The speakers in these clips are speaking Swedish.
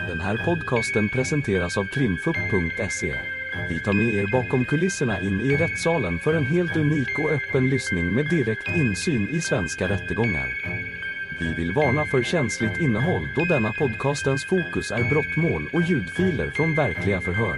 Den här podcasten presenteras av krimfupp.se. Vi tar med er bakom kulisserna in i rättssalen för en helt unik och öppen lyssning med direkt insyn i svenska rättegångar. Vi vill varna för känsligt innehåll då denna podcastens fokus är brottmål och ljudfiler från verkliga förhör.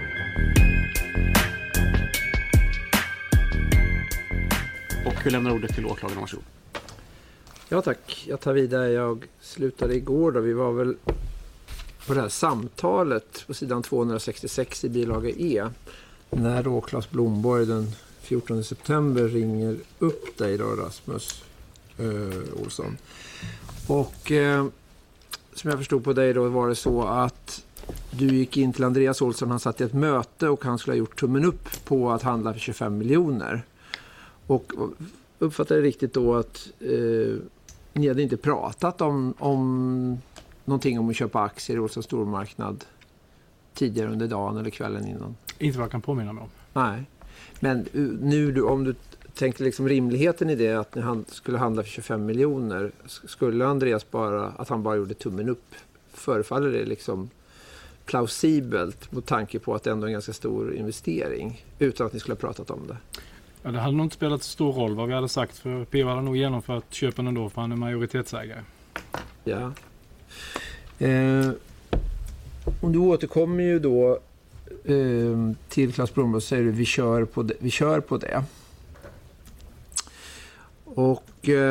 Och vi lämnar ordet till åklagaren, varsågod. Ja tack, jag tar vidare. Jag slutade igår då. Vi var väl på det här samtalet på sidan 266 i bilaga E. När då Claes Blomborg den 14 september ringer upp dig då, Rasmus Olsson. Och som jag förstod på dig då var det så att du gick in till Andreas Olsson. Han satt i ett möte och han skulle ha gjort tummen upp på att handla för 25 miljoner. Och uppfattade riktigt då att ni hade inte pratat om någonting om att köpa aktier i Olssons stormarknad tidigare under dagen eller kvällen innan? Inte vad jag kan påminna mig om. Nej. Men nu om du tänker liksom rimligheten i det att ni skulle handla för 25 miljoner, skulle Andreas att han bara gjorde tummen upp, förefaller det liksom plausibelt mot tanke på att det ändå är en ganska stor investering utan att ni skulle ha pratat om det? Ja, det hade nog inte spelat så stor roll vad vi hade sagt, för P.O. hade nog genomfört köpen ändå för han är majoritetsägare. Ja. Och du återkommer ju då till Claes Blomborg och säger vi kör på det. Och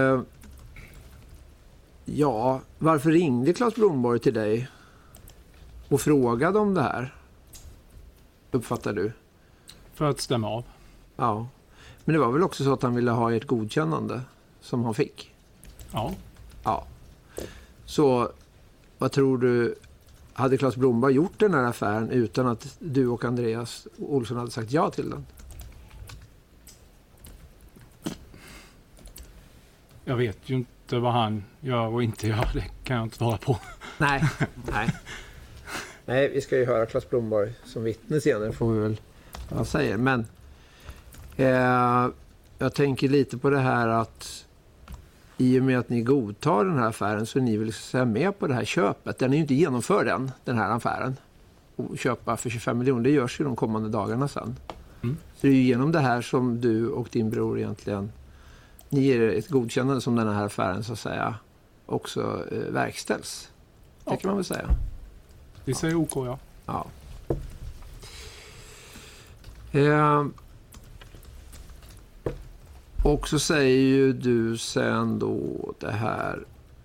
ja, varför ringde Claes Blomborg till dig och frågade om det här? Uppfattar du? För att stämma av. Ja. Men det var väl också så att han ville ha ert godkännande som han fick? Ja. Ja. Så vad tror du, hade Claes Blomborg gjort den här affären utan att du och Andreas Olsson hade sagt ja till den? Jag vet ju inte vad han gör och inte gör. Det kan jag inte svara på. Nej. Nej, vi ska ju höra Claes Blomborg som vittne senare, får vi väl vad han säger. Men jag tänker lite på det här att i och med att ni godtar den här affären så är ni väl säga med på det här köpet. Den är ju inte genomförd den här affären. Och köpa för 25 miljoner, det görs ju de kommande dagarna sen. Mm. Så det är ju genom det här som du och din bror egentligen, ni ger ett godkännande som den här affären så att säga också verkställs. Det kan man väl säga. Vi säger OK, ja. Ja. Och så säger ju du sen då det här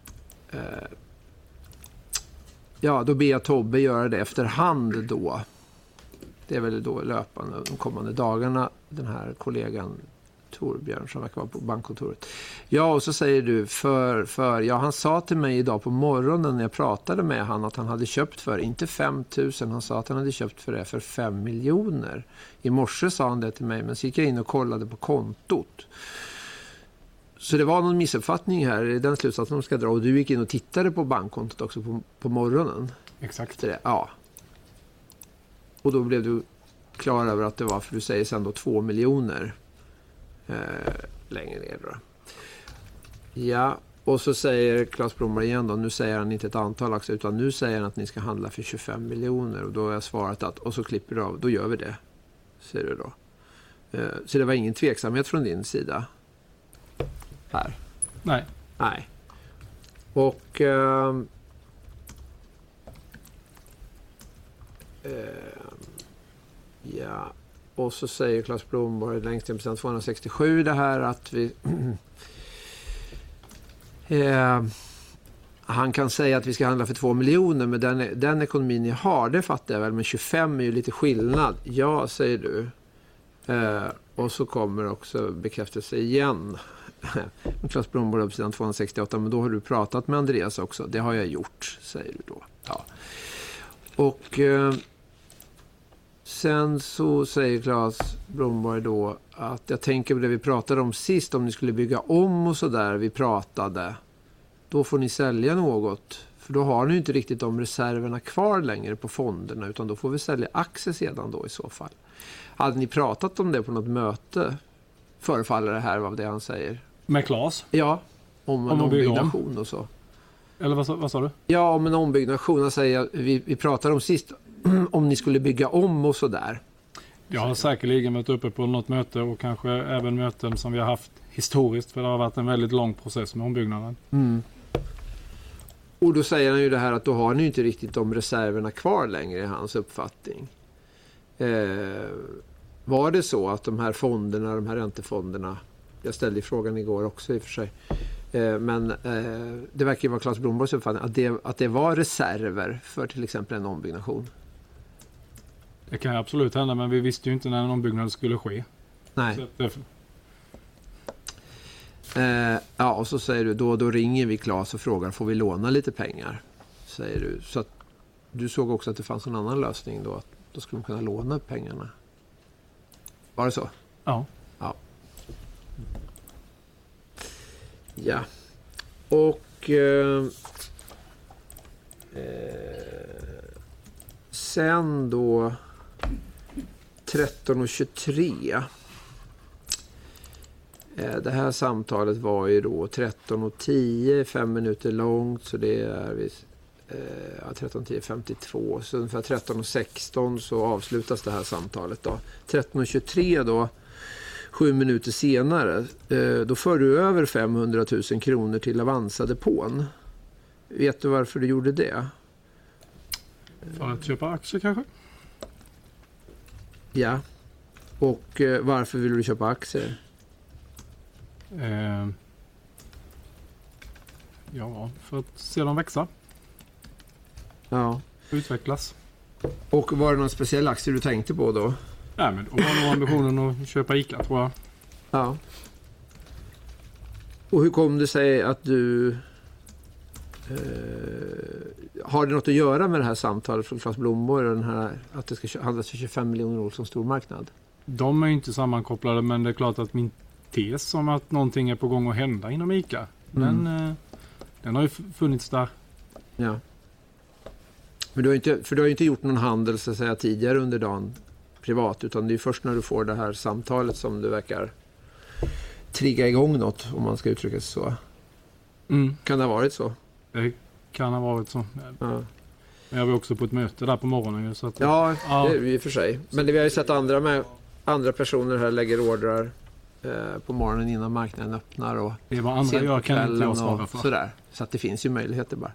då ber jag Tobbe göra det efterhand då. Det är väl då löpande de kommande dagarna, den här kollegan Torbjörn som verkar vara på bankkontoret. Ja, och så säger du han sa till mig idag på morgonen när jag pratade med han att han hade köpt för, inte 5 000, han sa att han hade köpt för det för 5 miljoner. I morse sa han det till mig, men så gick jag in och kollade på kontot. Så det var någon missuppfattning här, den slutsatsen de ska dra, och du gick in och tittade på bankkontot också på morgonen. Exakt. Det, ja. Och då blev du klar över att det var, för du säger sen då 2 miljoner längre ner då. Ja, och så säger Claes Blomborg igen då, nu säger han inte ett antal aktier utan nu säger han att ni ska handla för 25 miljoner och då har jag svarat att, och så klipper du av, då gör vi det, säger du då. Så det var ingen tveksamhet från din sida här? Nej. Och ja, och så säger Claes Blomborg längst in på 267 det här att vi han kan säga att vi ska handla för 2 miljoner med den ekonomin ni har, det fattar jag väl, men 25 är ju lite skillnad. Ja, säger du. Och så kommer också bekräftelse igen. Claes Blomborg på sidan 268, men då har du pratat med Andreas också. Det har jag gjort, säger du då. Ja. Och sen så säger Claes Blomborg då att jag tänker på det vi pratade om sist, om ni skulle bygga om och så där vi pratade, då får ni sälja något, för då har ni inte riktigt de reserverna kvar längre på fonderna, utan då får vi sälja aktier sedan då i så fall. Hade ni pratat om det på något möte, förefaller det här av det han säger? Med Claes? Ja, om en ombyggnation och så. Eller vad sa du? Ja, om en ombyggnation. Vi pratade om sist om ni skulle bygga om och sådär. Jag har säkerligen varit uppe på något möte och kanske även möten som vi har haft historiskt, för det har varit en väldigt lång process med ombyggnaden. Mm. Och då säger han ju det här att då har ni inte riktigt de reserverna kvar längre i hans uppfattning. Var det så att de här fonderna, de här räntefonderna, jag ställde frågan igår också i och för sig, men det verkar ju vara Claes Blomborgs uppfattning att det var reserver för till exempel en ombyggnation. Det kan absolut hända, men vi visste ju inte när en ombyggnad skulle ske. Nej. Så och så säger du, då ringer vi Claes och frågar, får vi låna lite pengar? Säger du. Så att du såg också att det fanns en annan lösning då, att då skulle de kunna låna upp pengarna. Var det så? Ja. Ja. Och sen då 13:23. Det här samtalet var ju då 13:10, 5 minuter långt, så det är 13:10:52, så ungefär 13:16 så avslutas det här samtalet då. 13:23 då, 7 minuter senare, då för du över 500 000 kronor till Avanza-depån. Vet du varför du gjorde det? För att köpa aktier kanske? Ja. Och varför vill du köpa aktier? Ja, för att se dem växa. Ja. Utvecklas. Och var det någon speciell aktie du tänkte på då? Nej, men då var nog ambitionen att köpa ICA, tror jag. Ja. Och hur kom det sig att du... har det något att göra med det här samtalet från Claes Blomborg och den här, att det ska handlas för 25 miljoner Olsson stor marknad? De är inte sammankopplade, men det är klart att min tes om att någonting är på gång att hända inom ICA, den har ju funnits där. Ja. Men du har ju inte gjort någon handel så att säga tidigare under dagen privat, utan det är först när du får det här samtalet som du verkar trigga igång något, om man ska uttrycka sig så. Kan det ha varit så? Det kan ha varit så. Ja. Men jag var också på ett möte där på morgonen. Så att, ja, det är i och för sig. Men vi har ju sett andra personer här lägger ordrar på morgonen innan marknaden öppnar. Och det var andra jag kan inte jag svara för. Sådär. Så att det finns ju möjligheter bara.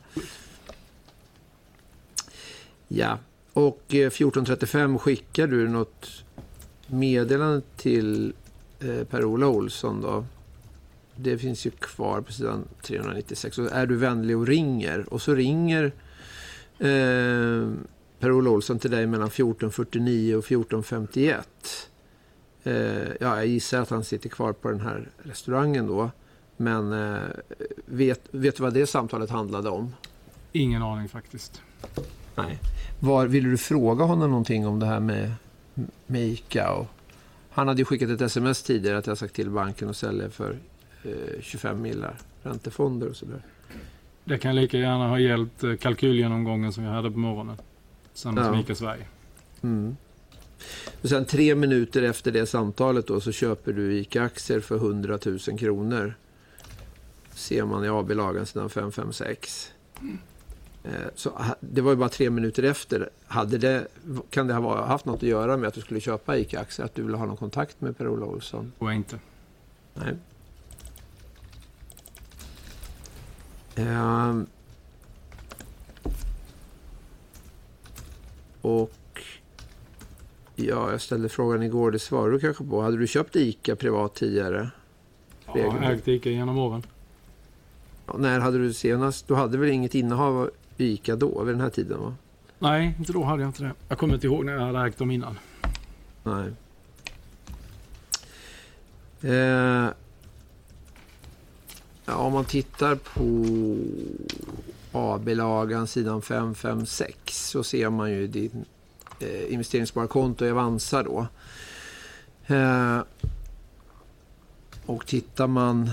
Ja, och 14:35 skickar du något meddelande till Per-Ola Olsson då. Det finns ju kvar på sidan 396. Så är du vänlig och ringer. Och så ringer Per-Ola Olsson till dig mellan 14:49 och 14:51. Jag gissar att han sitter kvar på den här restaurangen då. Men vet du vad det samtalet handlade om? Ingen aning faktiskt. Nej. Ville du fråga honom någonting om det här med ICA? Och han hade ju skickat ett sms tidigare att jag sagt till banken att sälja för 25 millar räntefonder och sådär. Det kan lika gärna ha hjälpt kalkylgenomgången som jag hade på morgonen. Samma som ICA Sverige. Och sen 3 minuter efter det samtalet då så köper du ICA-aktier för 100 000 kronor. Ser man i AB-lagen sedan 556. Så det var ju bara 3 minuter efter. Kan det ha haft något att göra med att du skulle köpa ICA-aktier? Att du ville ha någon kontakt med Per-Ola Olsson? Och inte. Nej. Och jag ställde frågan igår, det svarade du kanske på. Hade du köpt ICA privat tidigare? Ja, jag har ägt ICA genom åren. Ja, när hade du senast? Du hade väl inget innehav av ICA då, vid den här tiden va? Nej, inte då hade jag inte det. Jag kommer inte ihåg när jag hade ägt dem innan. Nej. Om man tittar på AB-lagan sidan 556 så ser man ju din investeringssparkonto i Avanza då. Och tittar man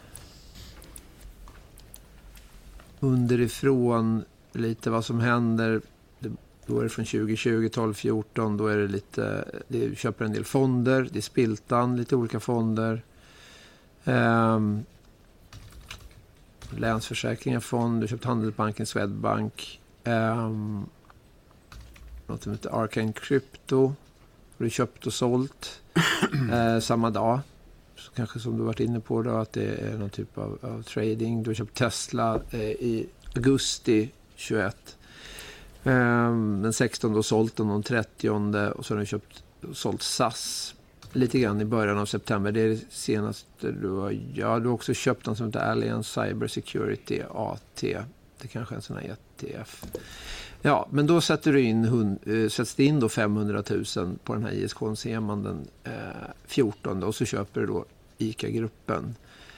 underifrån lite vad som händer, då är det från 2020, 12, 14, då är det lite, du köper en del fonder, det är Spiltan, lite olika fonder. Länsförsäkringar fond, du har köpt Handelsbanken, Swedbank, något som heter Arcane Crypto, har du köpt och sålt samma dag. Så kanske som du varit inne på då, att det är någon typ av trading. Du har köpt Tesla i augusti 21. Den 16 och sålt den 30 och så har du köpt och sålt SAS lite grann i början av september. Det är det senaste du har. Ja, du har också köpt den som heter Alliance Cyber Security AT. Det kanske är en sån här ETF. Ja, men då sätts det in då 500 000 på den här ISK ser man den 14 och så köper du då ICA-gruppen.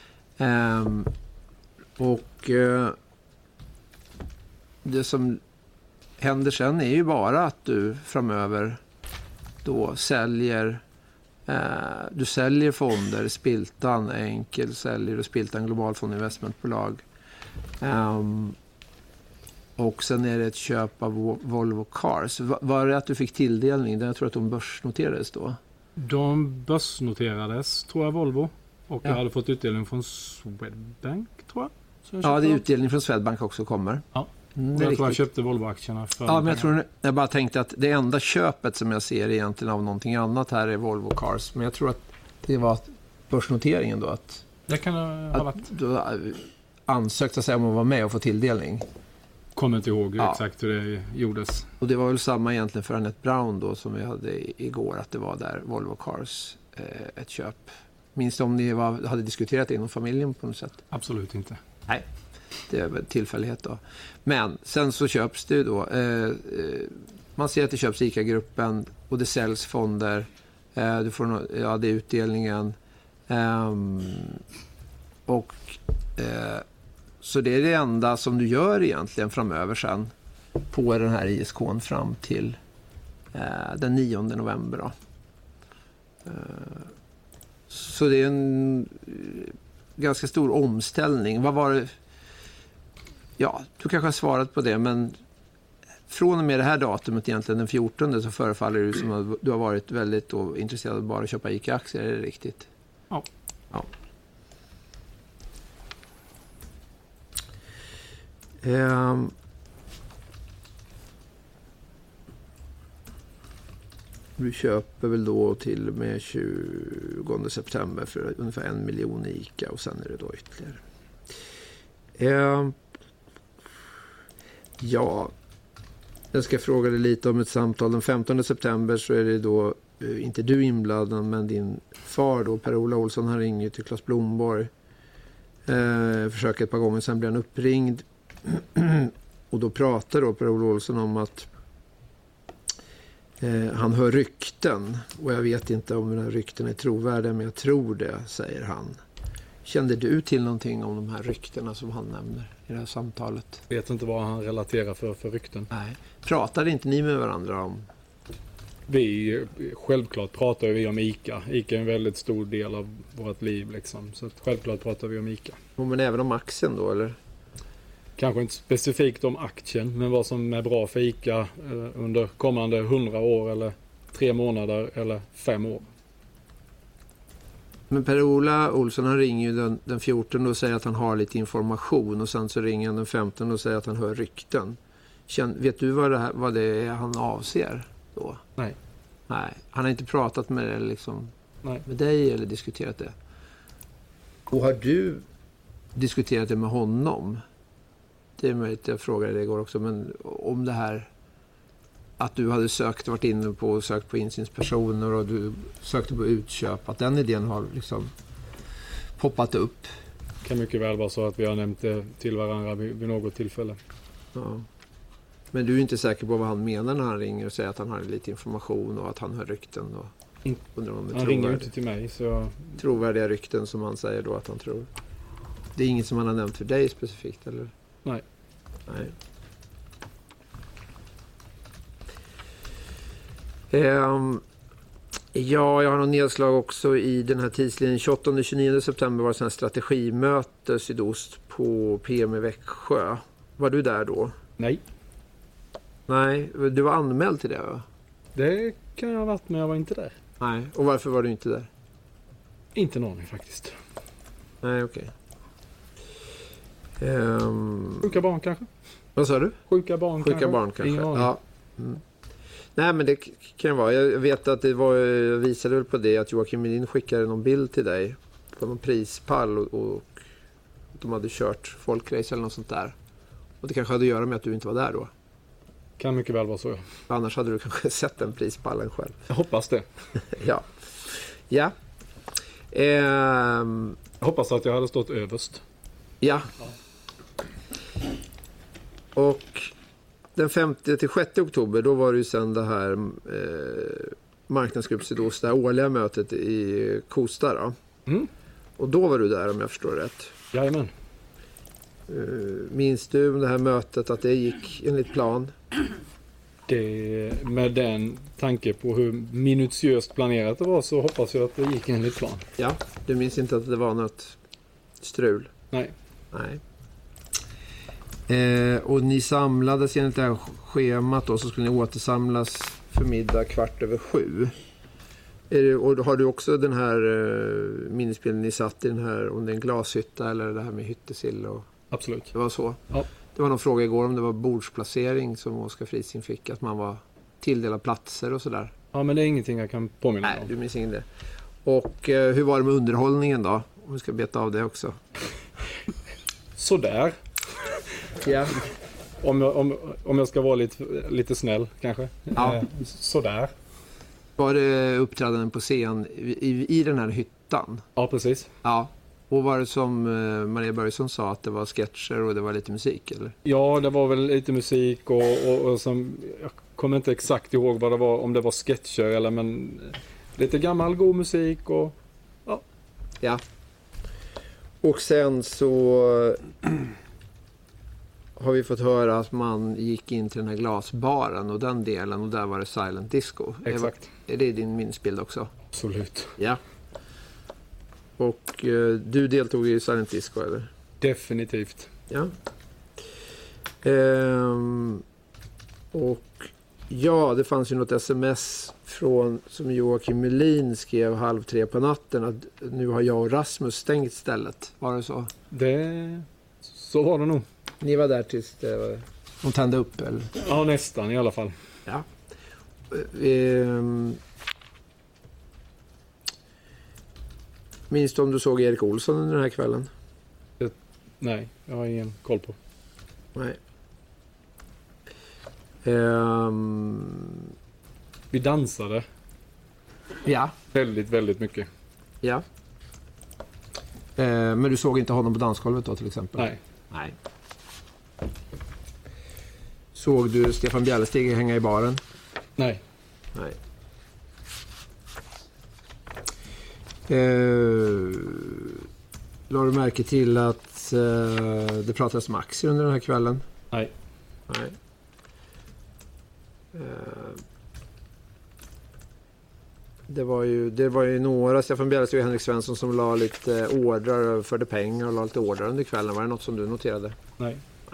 Det som händer sen är ju bara att du framöver då säljer fonder, Spiltan Enkel säljer och Spiltan Globalfond Investmentbolag. Och sen är det ett köp av Volvo Cars. Var det att du fick tilldelning? Jag tror att de börsnoterades då. De börsnoterades, tror jag, Volvo. Och jag hade fått utdelning från Swedbank, tror jag. Ja, det är utdelning från Swedbank också kommer. Ja, jag tror jag köpte Volvo-aktierna för. Ja, men jag bara tänkte att det enda köpet som jag ser egentligen av någonting annat här är Volvo Cars. Men jag tror att det var börsnoteringen då. Att det kan ha varit. Du ansökte sig om att vara med och få tilldelning. Kommer inte ihåg exakt hur det gjordes. Och det var väl samma egentligen för Annette Brown då som vi hade igår, att det var där Volvo Cars ett köp. Minns du om ni hade diskuterat det inom familjen på något sätt? Absolut inte. Nej, det är väl tillfällighet då. Men sen så köps det då. Man ser att det köps ICA-gruppen och det säljs fonder. Du får det är utdelningen. Så det är det enda som du gör egentligen framöver sen på den här ISK:n fram till den 9 november då. Så det är en ganska stor omställning. Vad var det? Ja, du kanske har svarat på det, men från och med det här datumet egentligen den 14 så förefaller det som att du har varit väldigt intresserad av bara att köpa ICA-aktier, är det riktigt? Ja. Du köper väl då till och med 20 september för ungefär 1 miljon i ICA och sen är det då ytterligare. Ja, jag ska fråga dig lite om ett samtal. Den 15 september så är det då inte du inblandad, men din far då, Per-Ola Olsson, han ringer till Claes Blomborg. Försöker ett par gånger, sen blir han uppringd. Och då pratar då Per-Ola Olsson om att han hör rykten. Och jag vet inte om den här rykten är trovärdiga, men jag tror det, säger han. Kände du till någonting om de här ryktena som han nämner i det här samtalet? Jag vet inte vad han relaterar för rykten. Nej. Pratade inte ni med varandra om? Självklart pratar vi om ICA. ICA är en väldigt stor del av vårt liv liksom. Så att självklart pratar vi om ICA. Men även om aktien då, eller? Kanske inte specifikt om aktien, men vad som är bra för ICA under kommande 100 år eller 3 månader eller 5 år. Men Per-Ola Olsson, han ringer ju den 14 och säger att han har lite information, och sen så ringer han den 15 och säger att han hör rykten. Vet du vad det är han avser då? Nej. Nej, han har inte pratat med med dig eller diskuterat det. Och har du diskuterat det med honom? Det är möjligt, jag frågade det igår också, men om det här att du hade varit inne på och sökt på insynspersoner och du sökte på utköp, att den idén har poppat upp. Det kan mycket väl vara så att vi har nämnt det till varandra vid något tillfälle. Ja. Men du är inte säker på vad han menar när han ringer och säger att han har lite information och att han hör rykten? Och undrar om han ringer inte till mig. Så trovärdiga rykten som han säger då att han tror. Det är inget som han har nämnt för dig specifikt, eller? Nej. Ja, jag har någon nedslag också i den här tidslinjen. 28-29 september var det en strategimöte sydost på PM i Växjö. Var du där då? Nej. Nej, du var anmäld till det, va? Det kan jag ha varit, men jag var inte där. Nej, och varför var du inte där? Inte någon faktiskt. Nej, okej. Sjuka barn kanske? Vad sa du? Sjuka barn kanske. Ingen aning. Ja. Nej, men det kan vara. Jag vet att jag visade väl på det att Joakim Melin skickade någon bild till dig på någon prispall och de hade kört folkrace eller något sånt där. Och det kanske hade att göra med att du inte var där då. Kan mycket väl vara så. Annars hade du kanske sett den prispallen själv. Jag hoppas det. Ja. Ja. Jag hoppas att jag hade stått överst. Ja. Och den 5-6 oktober då var det ju sen det här marknadsgrupp Sydost, det här årliga mötet i Kosta då. Och då var du där om jag förstår rätt. Jajamän. Minns du om det här mötet att det gick enligt plan? Med den tanke på hur minutiöst planerat det var så hoppas jag att det gick enligt plan. Ja, du minns inte att det var något strul? Nej. Och ni samlades enligt det här schemat då, så skulle ni återsamlas för middag 6:15. Och har du också den här minnesbilden ni satt i den här, om det är en glashytta eller det här med hyttesill? Och Absolut. det var så? Ja. Det var någon fråga igår om det var bordsplacering som Oskar Fritzing fick, att man var tilldelad platser och sådär. Ja, men det är ingenting jag kan påminna om. Nej, du minns inget det. Och hur var det med underhållningen då? Om vi ska beta av det också. Sådär. Ja. Om jag ska vara lite snäll kanske. Ja. Sådär. Var det uppträdanden på scen i den här hyttan? Ja, precis. Ja. Och var det som Maria Börjesson sa, att det var sketcher och det var lite musik, eller? Ja, det var väl lite musik och som, jag kommer inte exakt ihåg vad det var, om det var sketcher eller, men lite gammal god musik och ja. Ja. Och sen så har vi fått höra att man gick in till den här glasbaren och den delen, och där var det silent disco. Exakt. Är det din minnesbild också? Absolut. Ja. Och du deltog i silent disco, eller? Definitivt. Ja. Och ja, det fanns ju något sms som Joakim Melin skrev 2:30 på natten, att nu har jag och Rasmus stängt stället. Var det så? Så var det nog. Ni var där tills de tände upp, eller? Ja, nästan i alla fall. Ja. Minns du om du såg Erik Olsson under den här kvällen? Nej, jag har ingen koll på. Nej. Vi dansade. Ja. Väldigt, väldigt mycket. Ja. Men du såg inte honom på dansgolvet då, till exempel? Nej. Såg du Stefan Bjärlestig hänga i baren? Nej. Lade du märke till att det pratades om aktier under den här kvällen? Nej. Det var ju några, Stefan Bjärlestig och Henrik Svensson, som la lite ordrar, förde pengar och la lite ordrar under kvällen. Var det något som du noterade? Nej.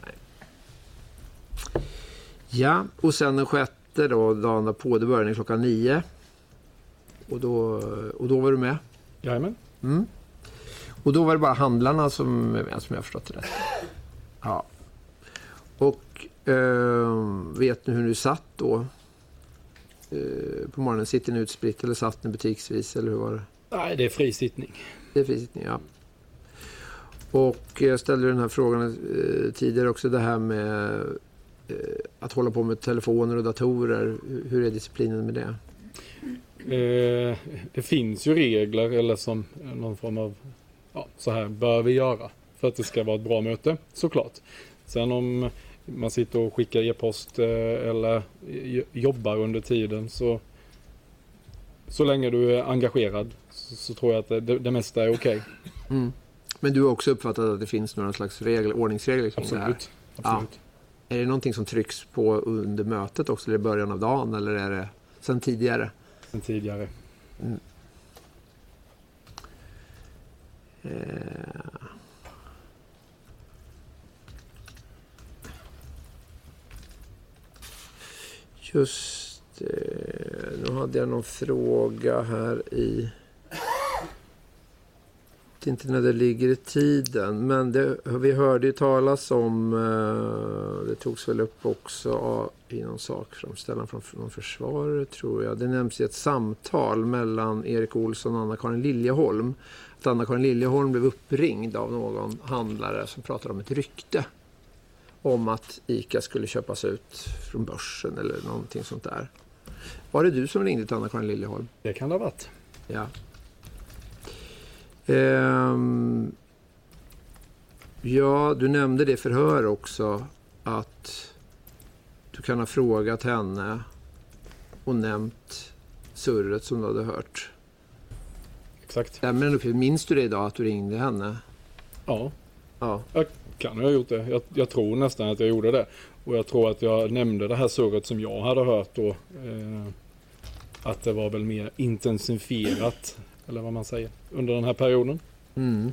Ja, och sen den 6 då, dagen på, det började 9:00. Och då var du med? Jajamän. Och då var det bara handlarna som jag förstått det rätt. Ja. Och vet ni hur du satt då? På morgonen, sitter ni utspritt eller satt ni butiksvis, eller hur var det? Nej, det är fri sittning. Det är fri sittning, ja. Och jag ställde den här frågan tidigare också, det här med att hålla på med telefoner och datorer. Hur är disciplinen med det? Det finns ju regler, eller som någon form av så här bör vi göra för att det ska vara ett bra möte, såklart. Sen om man sitter och skickar e-post eller jobbar under tiden, så länge du är engagerad så tror jag att det mesta är okej. Men du har också uppfattat att det finns några slags ordningsregler kring det här? Absolut. Ja. Är det någonting som trycks på under mötet också, eller i början av dagen, eller är det sen tidigare? Sen tidigare. Just nu hade jag någon fråga här i vet inte när det ligger i tiden. Men vi hörde ju talas om, det togs väl upp också i någon sakframställan från någon försvarare tror jag. Det nämns i ett samtal mellan Erik Olsson och Anna-Karin Liljeholm. Att Anna-Karin Liljeholm blev uppringd av någon handlare som pratade om ett rykte. Om att ICA skulle köpas ut från börsen eller någonting sånt där. Var det du som ringde till Anna-Karin Liljeholm? Det kan det ha varit. Ja. Ja, du nämnde det förhör också att du kan ha frågat henne och nämnt surret som du hade hört. Exakt. Men minns du det idag att du ringde henne? Ja. Ja. Jag kan ha gjort det. Jag tror nästan att jag gjorde det. Och jag tror att jag nämnde det här surret som jag hade hört då. Att det var väl mer intensifierat, eller vad man säger, under den här perioden. Mm.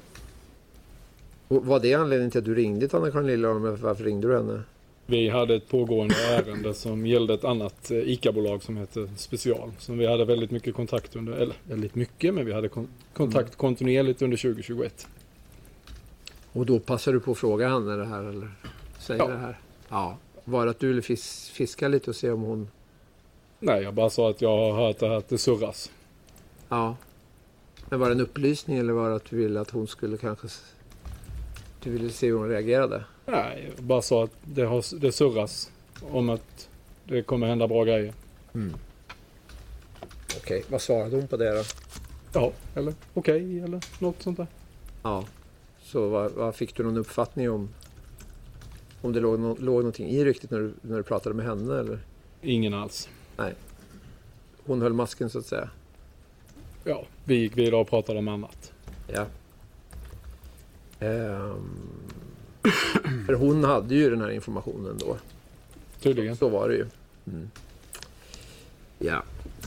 Och var det anledningen till att du ringde till Anna-Karin Liljeholm? Varför ringde du henne? Vi hade ett pågående ärende som gällde ett annat ICA-bolag som heter Special. Som vi hade väldigt mycket kontakt under, eller väldigt mycket, men vi hade kontakt kontinuerligt under 2021. Och då passade du på att fråga henne det här, eller säga Ja. det här? Ja. Var det att du ville fiska lite och se om hon... Nej, jag bara sa att jag har hört det här att det surras. Ja. Men var det en upplysning eller var det att du ville att hon skulle kanske... Du ville se hur hon reagerade? Nej, jag bara sa att det surras om att det kommer hända bra grejer. Mm. Okej, vad svarade hon på det då? Ja, eller okej, eller något sånt där. Ja. Så vad fick du någon uppfattning om det låg någonting i ryktet när du pratade med henne eller? Ingen alls. Nej. Hon höll masken så att säga. Ja, vi gick vidare och pratade om annat. Ja. För hon hade ju den här informationen då. Tydligen. Så var det ju. Mm. Ja.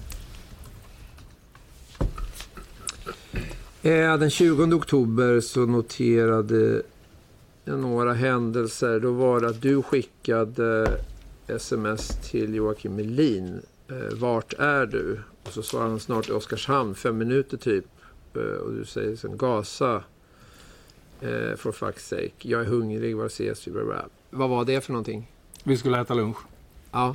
Den 20 oktober så noterade jag några händelser. Då var det att du skickade sms till Joakim Melin. Vart är du? Och så svarade han snart i Oskarshamn, 5 minuter typ. Och du säger sen Gaza. For fuck's sake. Jag är hungrig, var ses vi? Vad var det för någonting? Vi skulle äta lunch. Ja.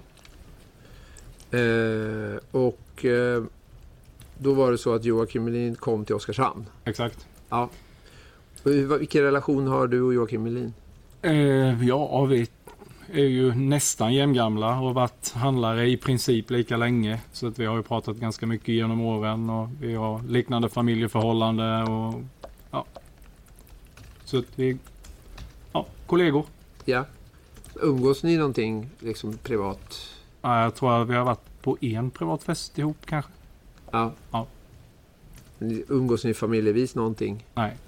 Då var det så att Joakim Melin kom till Oskarshamn. Exakt. Ja. Vilken relation har du och Joakim Melin? Ja, vi är ju nästan jämngamla och har varit handlare i princip lika länge. Så att vi har ju pratat ganska mycket genom åren och vi har liknande familjeförhållande och ja. Så att vi kollegor. Ja. Umgås ni någonting liksom privat? Ja, jag tror att vi har varit på en privat fest ihop kanske. Ja. Ja. Umgås ni familjevis någonting? Nej.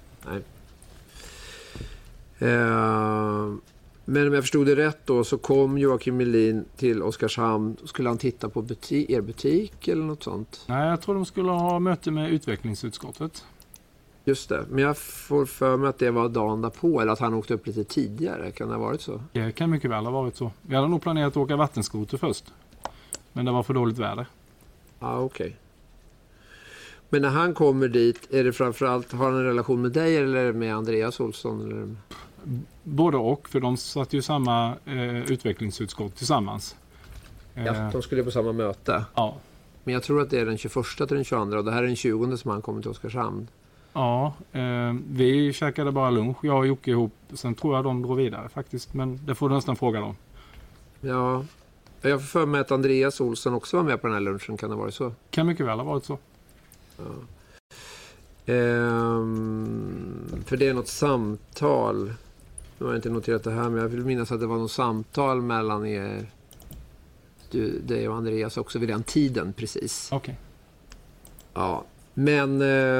Men om jag förstod det rätt då så kom Joakim Melin till Oskarshamn. Skulle han titta på er butik eller något sånt? Nej, jag tror de skulle ha möte med utvecklingsutskottet. Just det, men jag får för mig att det var dagen därpå eller att han åkte upp lite tidigare. Kan det ha varit så? Det kan mycket väl ha varit så. Vi hade nog planerat att åka vattenskoter först. Men det var för dåligt väder. Ja, okej. Men när han kommer dit, är det framförallt, har han en relation med dig eller med Andreas Olsson? Eller? Både och, för de satt ju i samma utvecklingsutskott tillsammans. Ja, de skulle på samma möte. Ja. Men jag tror att det är den 21 till den 22 och det här är den 20 som han kommer till Oskarshamn. Ja, vi käkade bara lunch, jag och Jocke ihop. Sen tror jag de drog vidare faktiskt, men det får du nästan fråga dem. Ja, jag får för mig att Andreas Olsson också var med på den här lunchen, kan det vara så? Kan mycket väl ha varit så. Ja. För det är något samtal. Nu har jag inte noterat det här, men jag vill minnas att det var något samtal mellan er, dig och Andreas också vid den tiden precis. Okej. Ja, men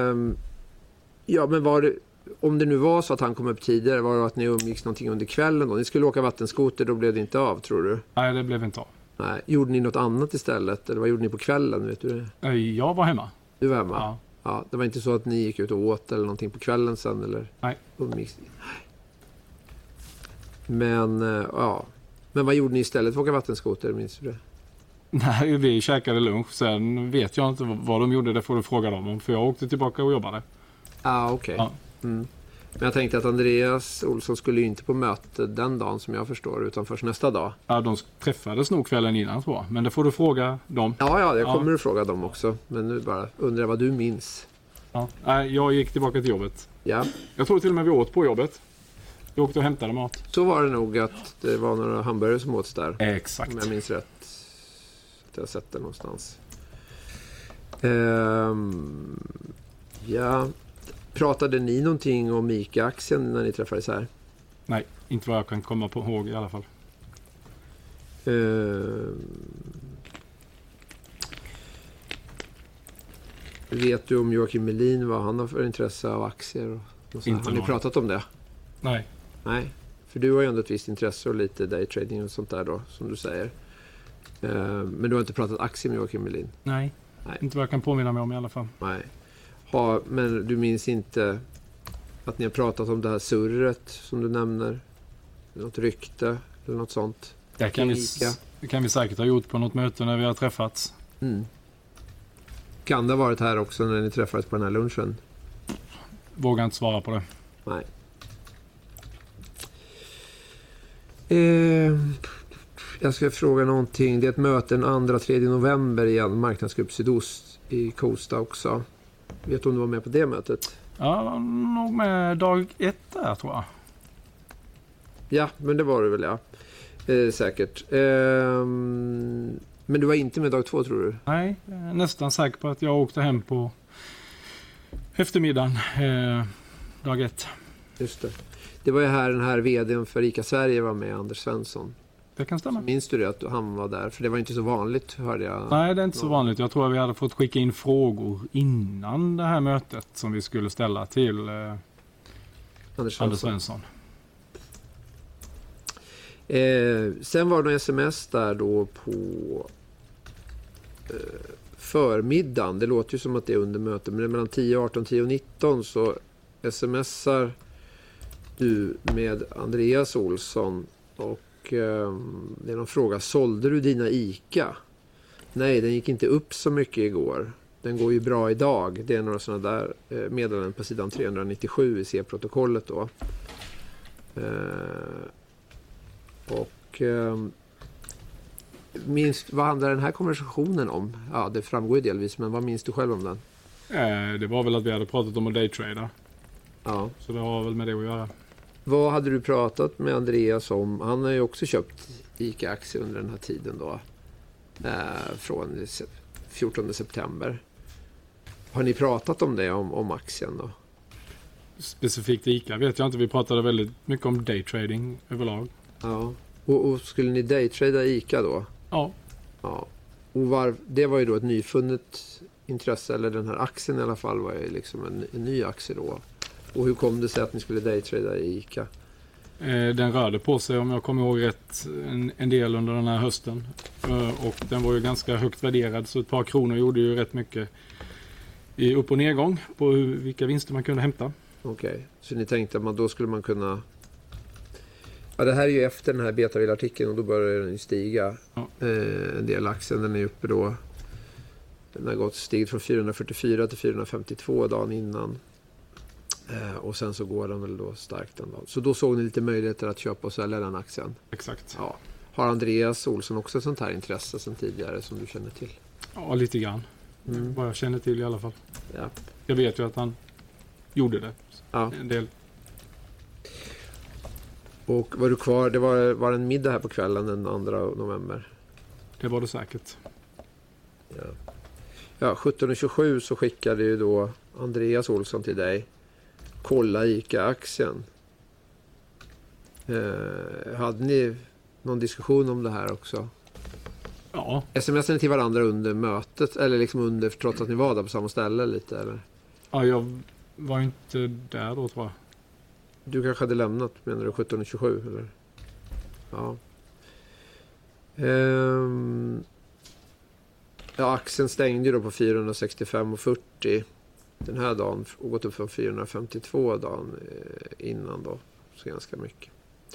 men var det, om det nu var så att han kom upp tidigare, var det att ni umgicks någonting under kvällen då? Ni skulle åka vattenskoter, då blev det inte av, tror du? Nej, det blev inte av. Nej. Gjorde ni något annat istället? Eller vad gjorde ni på kvällen, vet du det? Jag var hemma. Du var hemma? Ja. Ja, det var inte så att ni gick ut och åt eller någonting på kvällen sen, eller? Nej. Umgicks ni? Men, ja. Men vad gjorde ni istället för att åka vattenskoter, minns du det? Nej, vi käkade lunch. Sen vet jag inte vad de gjorde, det får du fråga dem om. För jag åkte tillbaka och jobbade. Okej. Ja. Mm. Men jag tänkte att Andreas Olsson skulle ju inte på möte den dagen som jag förstår, utan först nästa dag. Ja, de träffades nog kvällen innan, tror jag. Men det får du fråga dem. Ja, jag kommer att fråga dem också. Men nu bara undrar vad du minns. Ja. Nej, jag gick tillbaka till jobbet. Ja. Jag tror till och med vi åt på jobbet. Vi åkte och hämtade mat. Så var det nog att det var några hamburgare som åts där. Exakt. Om jag minns rätt. Att jag har sett det någonstans. Ja. Pratade ni någonting om ICA-aktien när ni träffades här? Nej, inte vad jag kan komma på ihåg i alla fall. Vet du om Joakim Melin, vad han har för intresse av aktier? Har ni pratat om det? Nej. Nej, för du har ju ändå ett visst intresse och lite daytrading och sånt där då, som du säger. Men du har inte pratat aktier med Joakim Melin? Nej, inte vad jag kan påminna mig om i alla fall. Nej. Men du minns inte att ni har pratat om det här surret som du nämner? Något rykte eller något sånt? Det kan vi säkert ha gjort på något möte när vi har träffats. Mm. Kan det ha varit här också när ni träffades på den här lunchen? Vågar inte svara på det. Nej. Jag ska fråga någonting. Det är ett möte den 2-3 november igen. Marknadsgrupp Sydost i Kosta också. Vet du om du var med på det mötet? Ja, nog med dag 1 där, tror jag. Ja, men det var du väl, ja. Säkert. Men du var inte med dag 2, tror du? Nej, jag är nästan säker på att jag åkte hem på eftermiddagen dag 1. Just det. Det var ju här den här vdn för ICA Sverige var med, Anders Svensson. Det kan stämma. Minns du det att han var där? För det var inte så vanligt, hörde jag. Nej, det är inte så vanligt. Jag tror att vi hade fått skicka in frågor innan det här mötet som vi skulle ställa till Anders Svensson. Sen var det en sms där då på förmiddagen. Det låter ju som att det är under mötet, men det är mellan 10:18, 10:19 så smsar du med Andreas Olsson och det är någon fråga. Sålde du dina ICA? Nej, den gick inte upp så mycket igår. Den går ju bra idag. Det är några sådana där meddelanden på sidan 397 i C-protokollet då. Vad handlar den här konversationen om? Ja, det framgår ju delvis, men vad minns du själv om den? Det var väl att vi hade pratat om att daytrada. Ja. Så det har väl med det att göra. Vad hade du pratat med Andreas om? Han har ju också köpt ICA-aktier under den här tiden då. Från 14 september. Har ni pratat om det, om aktien då? Specifikt ICA vet jag inte. Vi pratade väldigt mycket om daytrading överlag. Ja. Och skulle ni daytrada ICA då? Ja. Ja. Och det var ju då ett nyfunnet intresse, eller den här aktien i alla fall var ju liksom en ny aktie då. Och hur kom det sig att ni skulle daytrada i ICA? Den rörde på sig, om jag kommer ihåg rätt, en del under den här hösten. Och den var ju ganska högt värderad, så ett par kronor gjorde ju rätt mycket i upp- och nedgång på vilka vinster man kunde hämta. Okej, så ni tänkte att då skulle man kunna... Ja, det här är ju efter den här Betavill-artikeln och då börjar den ju stiga. Ja. En del aktien, den är uppe då. Den har stigit från 444 till 452 dagen innan. Och sen så går den väl då starkt den dagen. Så då såg ni lite möjligheter att köpa och sälja den aktien. Exakt. Ja. Har Andreas Olsson också ett sånt här intresse som tidigare som du känner till? Ja, lite grann. Vad jag känner till i alla fall. Ja. Jag vet ju att han gjorde det. Ja. En del. Och var du kvar? Det var en middag här på kvällen den 2 november. Det var det säkert. Ja, 17:27 så skickade ju då Andreas Olsson till dig. Kolla ICA-aktien. Hade ni någon diskussion om det här också? Ja. Smsade ni till varandra under mötet? Eller liksom trots att ni var där på samma ställe lite? Eller? Ja, jag var inte där då, tror jag. Du kanske hade lämnat, menar du, 17:27 eller? Ja. Ja, aktien stängde ju då på 465,40 den här dagen och gått upp från 452 dagen innan då. Så ganska mycket.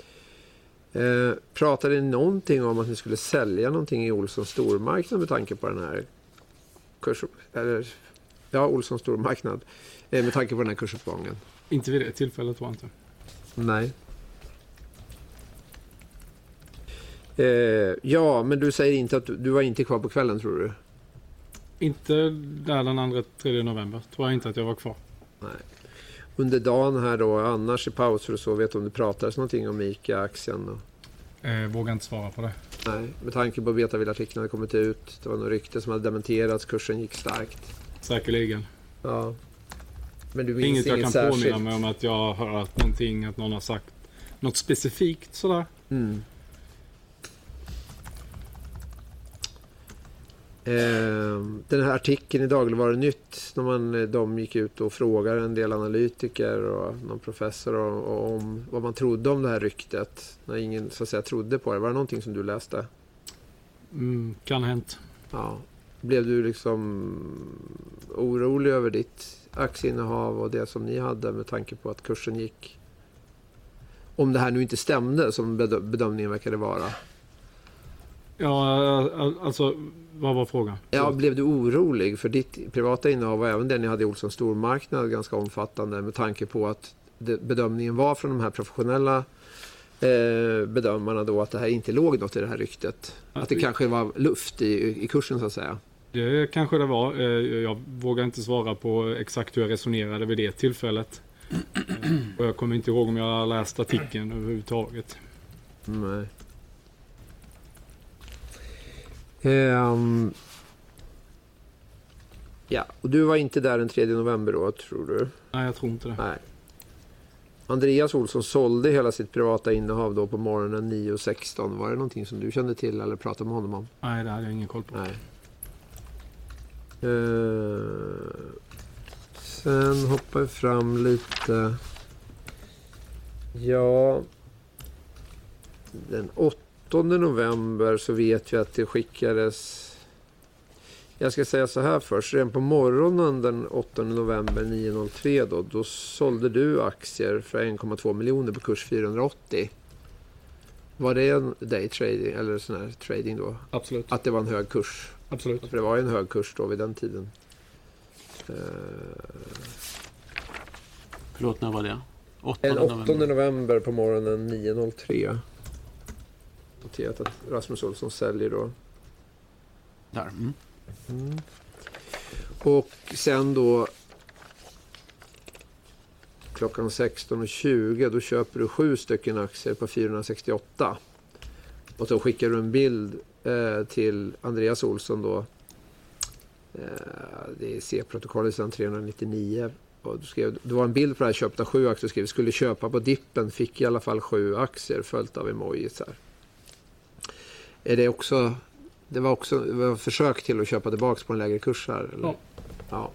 Pratade ni någonting om att ni skulle sälja någonting i Olssons stormarknad med tanke på den här Ja, Olssons stormarknad. Med tanke på den här kursuppgången. Inte vid det tillfället tror jag inte. Nej. Ja, men du säger inte att du var inte kvar på kvällen, tror du? Inte där den 2-3 november. Tror jag inte att jag var kvar. Nej. Under dagen här då, annars i pauser och så, vet du om det pratades någonting om ICA-aktien? Och... Vågar inte svara på det. Nej, med tanke på att Betavill-artikeln hade kommit ut. Det var något rykte som hade dementerats, kursen gick starkt. Säkerligen. Ja. Men du minns inget jag kan särskilt. påminna mig om att jag har hört någonting, att någon har sagt något specifikt sådär. Mm. Den här artikeln i Dagligvarunytt när de gick ut och frågade en del analytiker och någon professor om vad man trodde om det här ryktet när ingen så att säga trodde på det. Var det någonting som du läste? Kan ha hänt. Ja. Blev du liksom orolig över ditt aktieinnehav och det som ni hade med tanke på att kursen gick? Om det här nu inte stämde som bedömningen verkade vara. Ja, alltså vad var frågan? Ja, blev du orolig för ditt privata innehav och även den ni hade i Olssons stormarknad ganska omfattande med tanke på att bedömningen var från de här professionella bedömarna då att det här inte låg något i det här ryktet? Att det kanske var luft i kursen så att säga? Det kanske det var. Jag vågar inte svara på exakt hur jag resonerade vid det tillfället. Och jag kommer inte ihåg om jag har läst artikeln överhuvudtaget. Nej. Ja, och du var inte där den 3 november då, tror du? Nej, jag tror inte det. Nej. Andreas Olsson sålde hela sitt privata innehav då på morgonen 9:16. Var det någonting som du kände till eller pratade med honom om? Nej, det hade jag ingen koll på. Nej. Sen hoppar jag fram lite. Ja, den 8 november så vet vi att det skickades. Jag ska säga så här först. Redan på morgonen den 8 november 9:03 då sålde du aktier för 1,2 miljoner på kurs 480. Var det en daytrading eller sån här trading då? Absolut. Att det var en hög kurs? Absolut. För det var en hög kurs då vid den tiden. Förlåt, när var det? 8 november på morgonen 9:03. Noterat att Rasmus Olsson säljer då. Där. Och sen då klockan 16:20 då köper du 7 stycken aktier på 468. Och så skickar du en bild till Andreas Olsson då. Det är C-protokollet sedan 399. Och det var en bild på det här köpta 7 aktier. Du skrev skulle köpa på dippen, fick i alla fall 7 aktier följt av emojis här. Är det också... Det var försök till att köpa tillbaka på en lägre kurs här. Eller? Ja.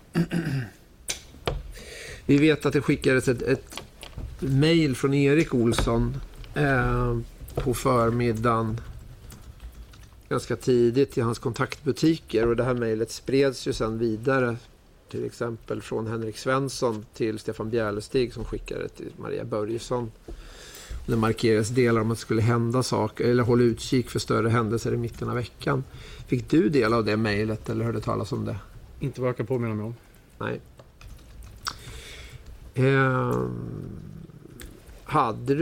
Vi vet att det skickades ett mejl från Erik Olsson på förmiddagen ganska tidigt i hans kontaktbutiker. Och det här mejlet spreds ju sedan vidare till exempel från Henrik Svensson till Stefan Bjärlestig som skickade till Maria Börjesson. Det markeras delar om att det skulle hända saker eller hålla utkik för större händelser i mitten av veckan. Fick du del av det mejlet eller hörde talas om det? Inte vad jag kan påminna mig om. Nej. Hade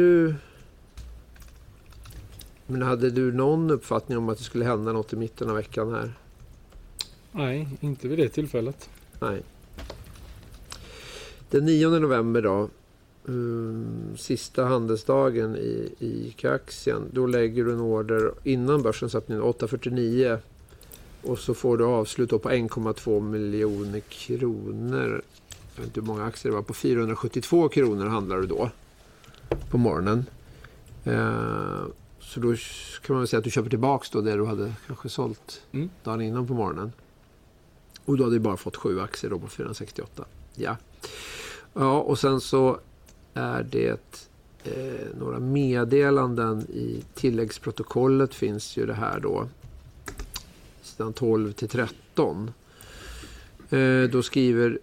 du någon uppfattning om att det skulle hända något i mitten av veckan här? Nej, inte vid det tillfället. Nej. Den 9 november då, sista handelsdagen i aktien, då lägger du en order innan börsens öppning 8:49 och så får du avslut på 1,2 miljoner kronor. Jag vet inte hur många aktier det var, på 472 kronor handlar du då på morgonen. Så då kan man väl säga att du köper tillbaks då det du hade kanske sålt dagen innan på morgonen. Och då hade du bara fått 7 aktier då på 468. Ja, och sen så är det några meddelanden i tilläggsprotokollet finns ju det här då. Sidan 12 till 13. Då skriver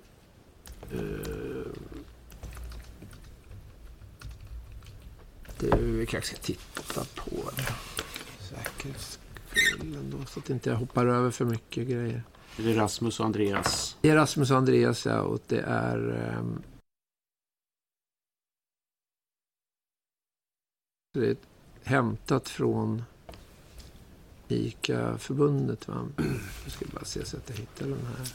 vi kanske ska titta på det. Säkerhetskull ändå, så att inte jag hoppar över för mycket grejer. Det är Rasmus och Andreas. Det är Rasmus och Andreas, ja, och det är det är hämtat från ICA-förbundet, va? Jag ska bara se så att jag hittar den här.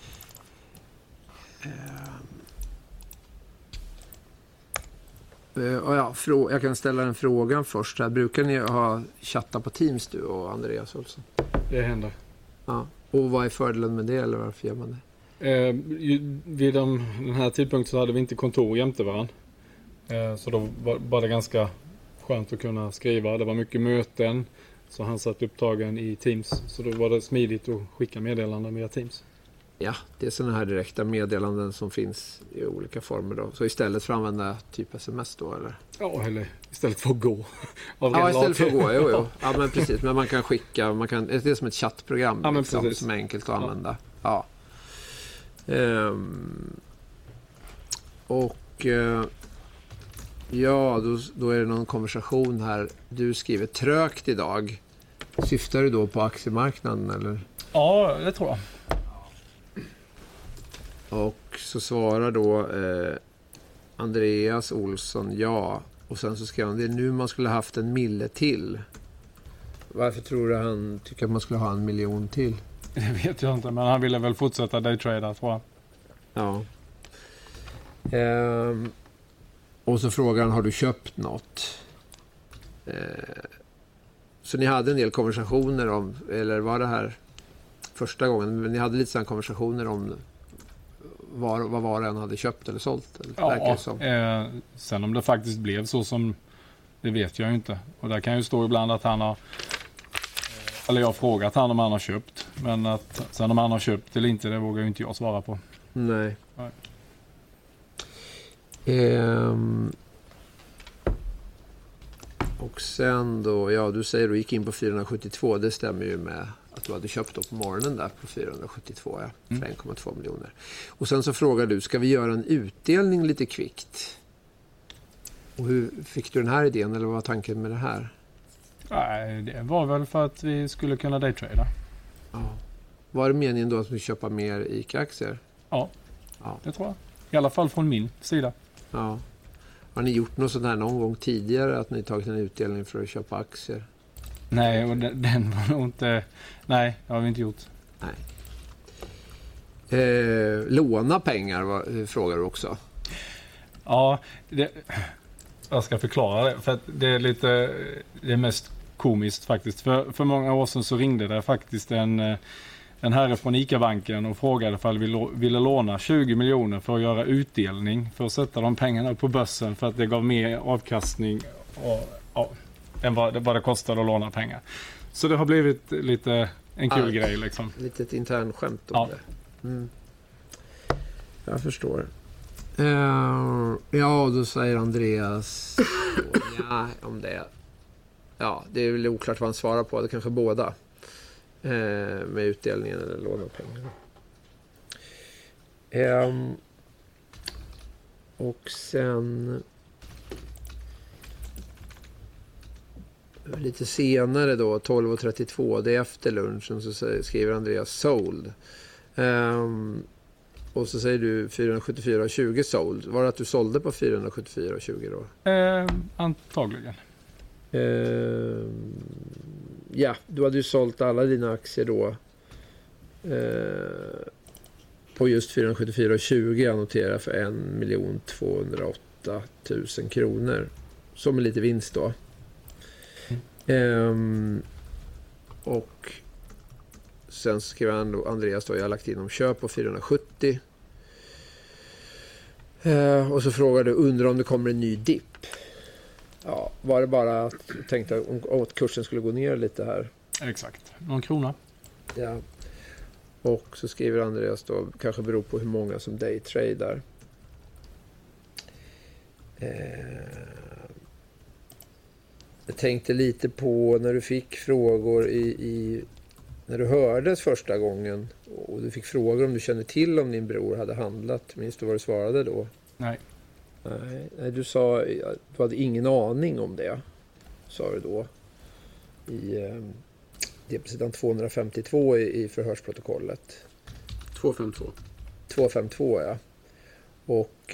Jag kan ställa en frågan först här. Brukar ni ha chatta på Teams, du och Andreas Olsson? Det händer. Ja. Och vad är fördelen med det, eller varför gör man det? Vid den här tidpunkten så hade vi inte kontor jämte varandra. Så då var det ganska skönt att kunna skriva. Det var mycket möten, så han satt upptagen i Teams. Så då var det smidigt att skicka meddelanden via Teams. Ja, det är sådana här direkta meddelanden som finns i olika former då. Så istället för att använda typ sms då, eller? Ja, eller istället för att gå. Ja, istället för att gå, jo. Ja, men precis. Men man kan skicka, det är som ett chattprogram, ja, liksom, som är enkelt att använda. Ja. Då är det någon konversation här. Du skriver trögt idag. Syftar du då på aktiemarknaden, eller? Ja, det tror jag. Och så svarar då Andreas Olsson ja. Och sen så skrev han, det är nu man skulle haft 1 mille till. Varför tror du han tycker att man skulle ha 1 miljon till? Det vet jag inte, men han ville väl fortsätta daytrada, tror jag. Ja. Och så frågar han, har du köpt något? Så ni hade en del konversationer om, eller var det här första gången, men ni hade lite sådana konversationer om vad var det han hade köpt eller sålt? Eller? Ja, sen om det faktiskt blev så som, det vet jag ju inte. Och där kan ju stå ibland att han har, eller jag har frågat han om han har köpt, men att sen om han har köpt eller inte, det vågar ju inte jag svara på. Nej. Och sen då, ja, du säger du gick in på 472, det stämmer ju med att du hade köpt upp på morgonen där på 472, ja, för 1,2 miljoner. Och sen så frågar du, ska vi göra en utdelning lite kvickt? Och hur fick du den här idén, eller vad var tanken med det här? Nej, det var väl för att vi skulle kunna daytrada. Ja. Var det meningen då att vi köpa mer ICA-aktier? Ja, det tror jag. I alla fall från min sida. Ja. Har ni gjort något sånt här någon gång tidigare, att ni tagit en utdelning för att köpa aktier? Nej, och den var nog inte... Nej, det har vi inte gjort. Nej. Låna pengar frågar du också. Ja, jag ska förklara det. För att det är lite... Det är mest komiskt faktiskt. För många år sedan så ringde det faktiskt en herre från ICA-banken och frågade ifall vi ville låna 20 miljoner för att göra utdelning. För att sätta de pengarna på börsen, för att det gav mer avkastning än vad det kostade att låna pengar. Så det har blivit lite en kul grej liksom. Lite ett intern skämt om det. Mm. Jag förstår. Ja, då säger Andreas om det. Ja, det är väl oklart vad han svarar på. Det kanske båda. Med utdelningen eller låna pengar. Och sen lite senare då, 12:32, det är efter lunchen, så skriver Andreas sold. Och så säger du 474,20 sold. Var det att du sålde på 474,20 då? Antagligen. Ja, du hade ju sålt alla dina aktier då på just 474,20 jag noterar för 1 208 000 kronor. Som är lite vinst då. Och sen skriver Andreas då, jag har lagt in om köp på 470. Och så frågar du, undrar om det kommer en ny dipp. Ja, var det bara att du tänkte att kursen skulle gå ner lite här? Exakt, någon krona. Ja. Och så skriver Andreas då, kanske beror på hur många som daytradar. Jag tänkte lite på när du fick frågor när du hördes första gången och du fick frågor om du kände till om din bror hade handlat. Minns du vad du svarade då? Nej. Nej, du sa att du hade ingen aning om det, sa du då Det är på sidan 252 i förhörsprotokollet. 252. 252, ja. Och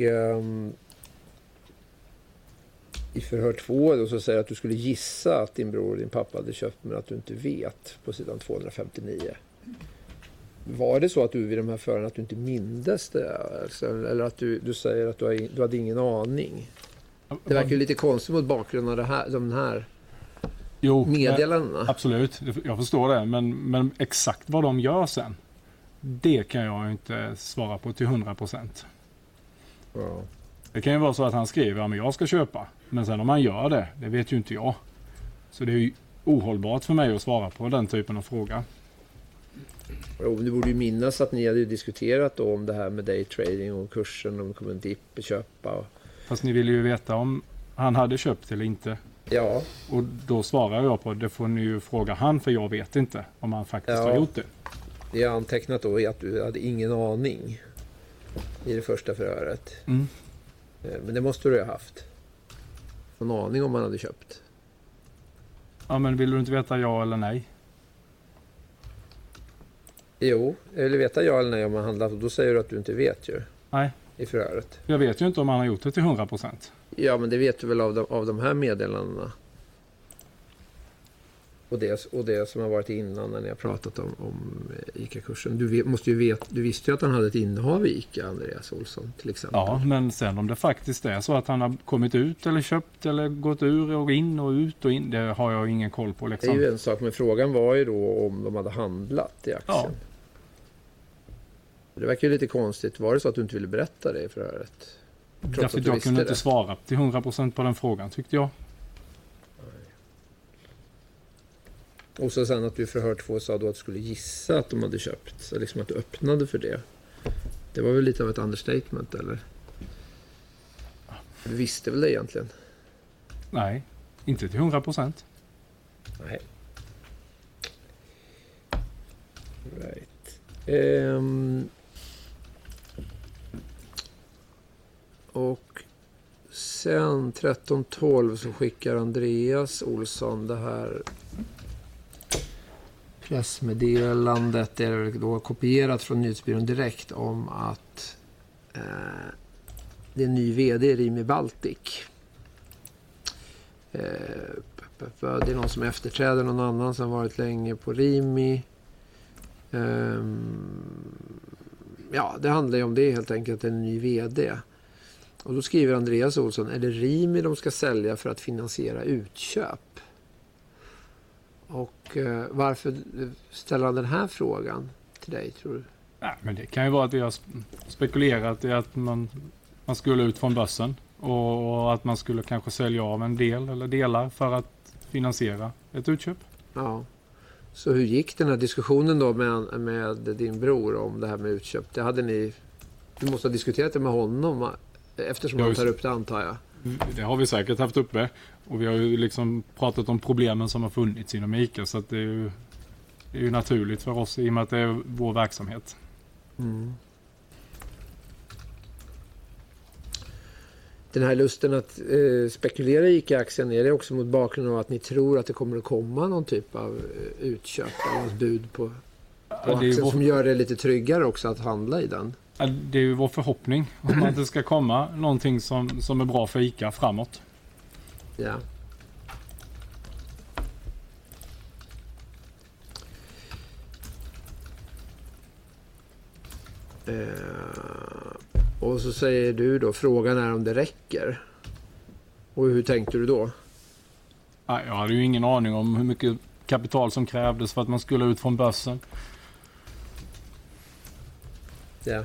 i förhör 2 då så säger att du skulle gissa att din bror och din pappa hade köpt, men att du inte vet, på sidan 259. Var det så att du vid de här förhören att du inte mindes det? Alltså, eller att du säger att du hade ingen aning? Det verkar ju lite konstigt mot bakgrund av de här meddelandena. Absolut, jag förstår det. Men exakt vad de gör sen, det kan jag inte svara på till 100%. Ja. Det kan ju vara så att han skriver att jag ska köpa. Men sen om han gör det vet ju inte jag. Så det är ju ohållbart för mig att svara på den typen av fråga. Jo, du borde ju minnas att ni hade ju diskuterat då om det här med daytrading och kursen, om de kommer dipp köpa. Fast ni ville ju veta om han hade köpt eller inte. Ja. Och då svarar jag på det får ni ju fråga han, för jag vet inte om han faktiskt har gjort det. Det är antecknat då i att du hade ingen aning i det första förhöret. Mm. Men det måste du ha haft. Någon aning om han hade köpt. Ja, men vill du inte veta ja eller nej? Jo, jag vill veta ja eller nej om han handlat. Och då säger du att du inte vet ju. Nej. I förhöret. Jag vet ju inte om han har gjort det till 100%. Ja, men det vet du väl av de här meddelandena. Och det som har varit innan när ni har pratat om ICA-kursen. Du visste ju att han hade ett innehav i ICA, Andreas Olsson, till exempel. Ja, men sen om det faktiskt är så att han har kommit ut eller köpt eller gått ur och in och ut och in, det har jag ingen koll på. Liksom. Det är ju en sak, men frågan var ju då om de hade handlat i aktien. Ja. Det verkar ju lite konstigt. Var det så att du inte ville berätta det i förhöret? Därför jag kunde inte svara till 100% på den frågan, tyckte jag. Och så sen att du i förhör 2 sa då att du skulle gissa att de hade köpt. Så liksom att du öppnade för det. Det var väl lite av ett understatement, eller? Du visste väl det egentligen? Nej, inte till 100%. Nej. Right. Och sen 13:12 så skickar Andreas Olsson det här pressmeddelandet. Det är då kopierat från Nyhetsbyrån Direkt om att det är en ny vd i Rimi Baltic. Det är någon som efterträder någon annan som varit länge på Rimi. Ja, det handlar ju om det helt enkelt, en ny vd. Och då skriver Andreas Olsson, är det Rimi de ska sälja för att finansiera utköp? Och varför ställer han den här frågan till dig, tror du? Nej, men det kan ju vara att vi har spekulerat i att man skulle ut från börsen och att man skulle kanske sälja av en del eller delar för att finansiera ett utköp. Ja. Så hur gick den här diskussionen då med din bror om det här med utköp? Det hade du måste ha diskuterat det med honom eftersom han tar upp det, antar jag. Det har vi säkert haft uppe. Och vi har ju liksom pratat om problemen som har funnits inom ICA, så att det är ju naturligt för oss i och med att det är vår verksamhet. Mm. Den här lusten att spekulera i ICA-aktien, är det också mot bakgrund av att ni tror att det kommer att komma någon typ av utköp eller något bud på aktien som gör det lite tryggare också att handla i den? Det är ju vår förhoppning om att det ska komma någonting som är bra för ICA framåt. Ja. Och så säger du då, frågan är om det räcker. Och hur tänkte du då? Jag hade ju ingen aning om hur mycket kapital som krävdes för att man skulle ut från börsen. Ja.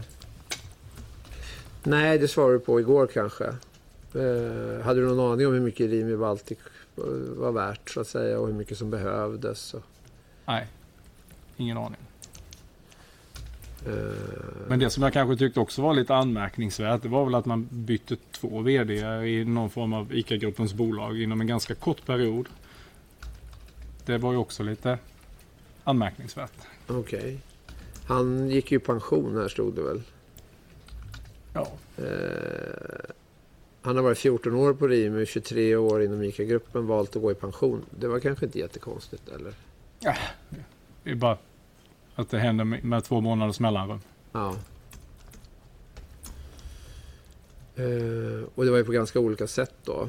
Nej, det svarade du på igår kanske. Hade du någon aning om hur mycket Rimi Baltic var värt så att säga och hur mycket som behövdes? Nej, ingen aning. Men det som jag kanske tyckte också var lite anmärkningsvärt, det var väl att man bytte 2 vd i någon form av ICA-gruppens bolag inom en ganska kort period. Det var ju också lite anmärkningsvärt. Okej. Han gick ju i pension här, stod det väl? Ja. Han har varit 14 år på Rimi, 23 år inom ICA-gruppen, valt att gå i pension. Det var kanske inte jättekonstigt, eller? Det är bara att det händer med 2 månaders mellanrum. Ja. Och det var ju på ganska olika sätt då.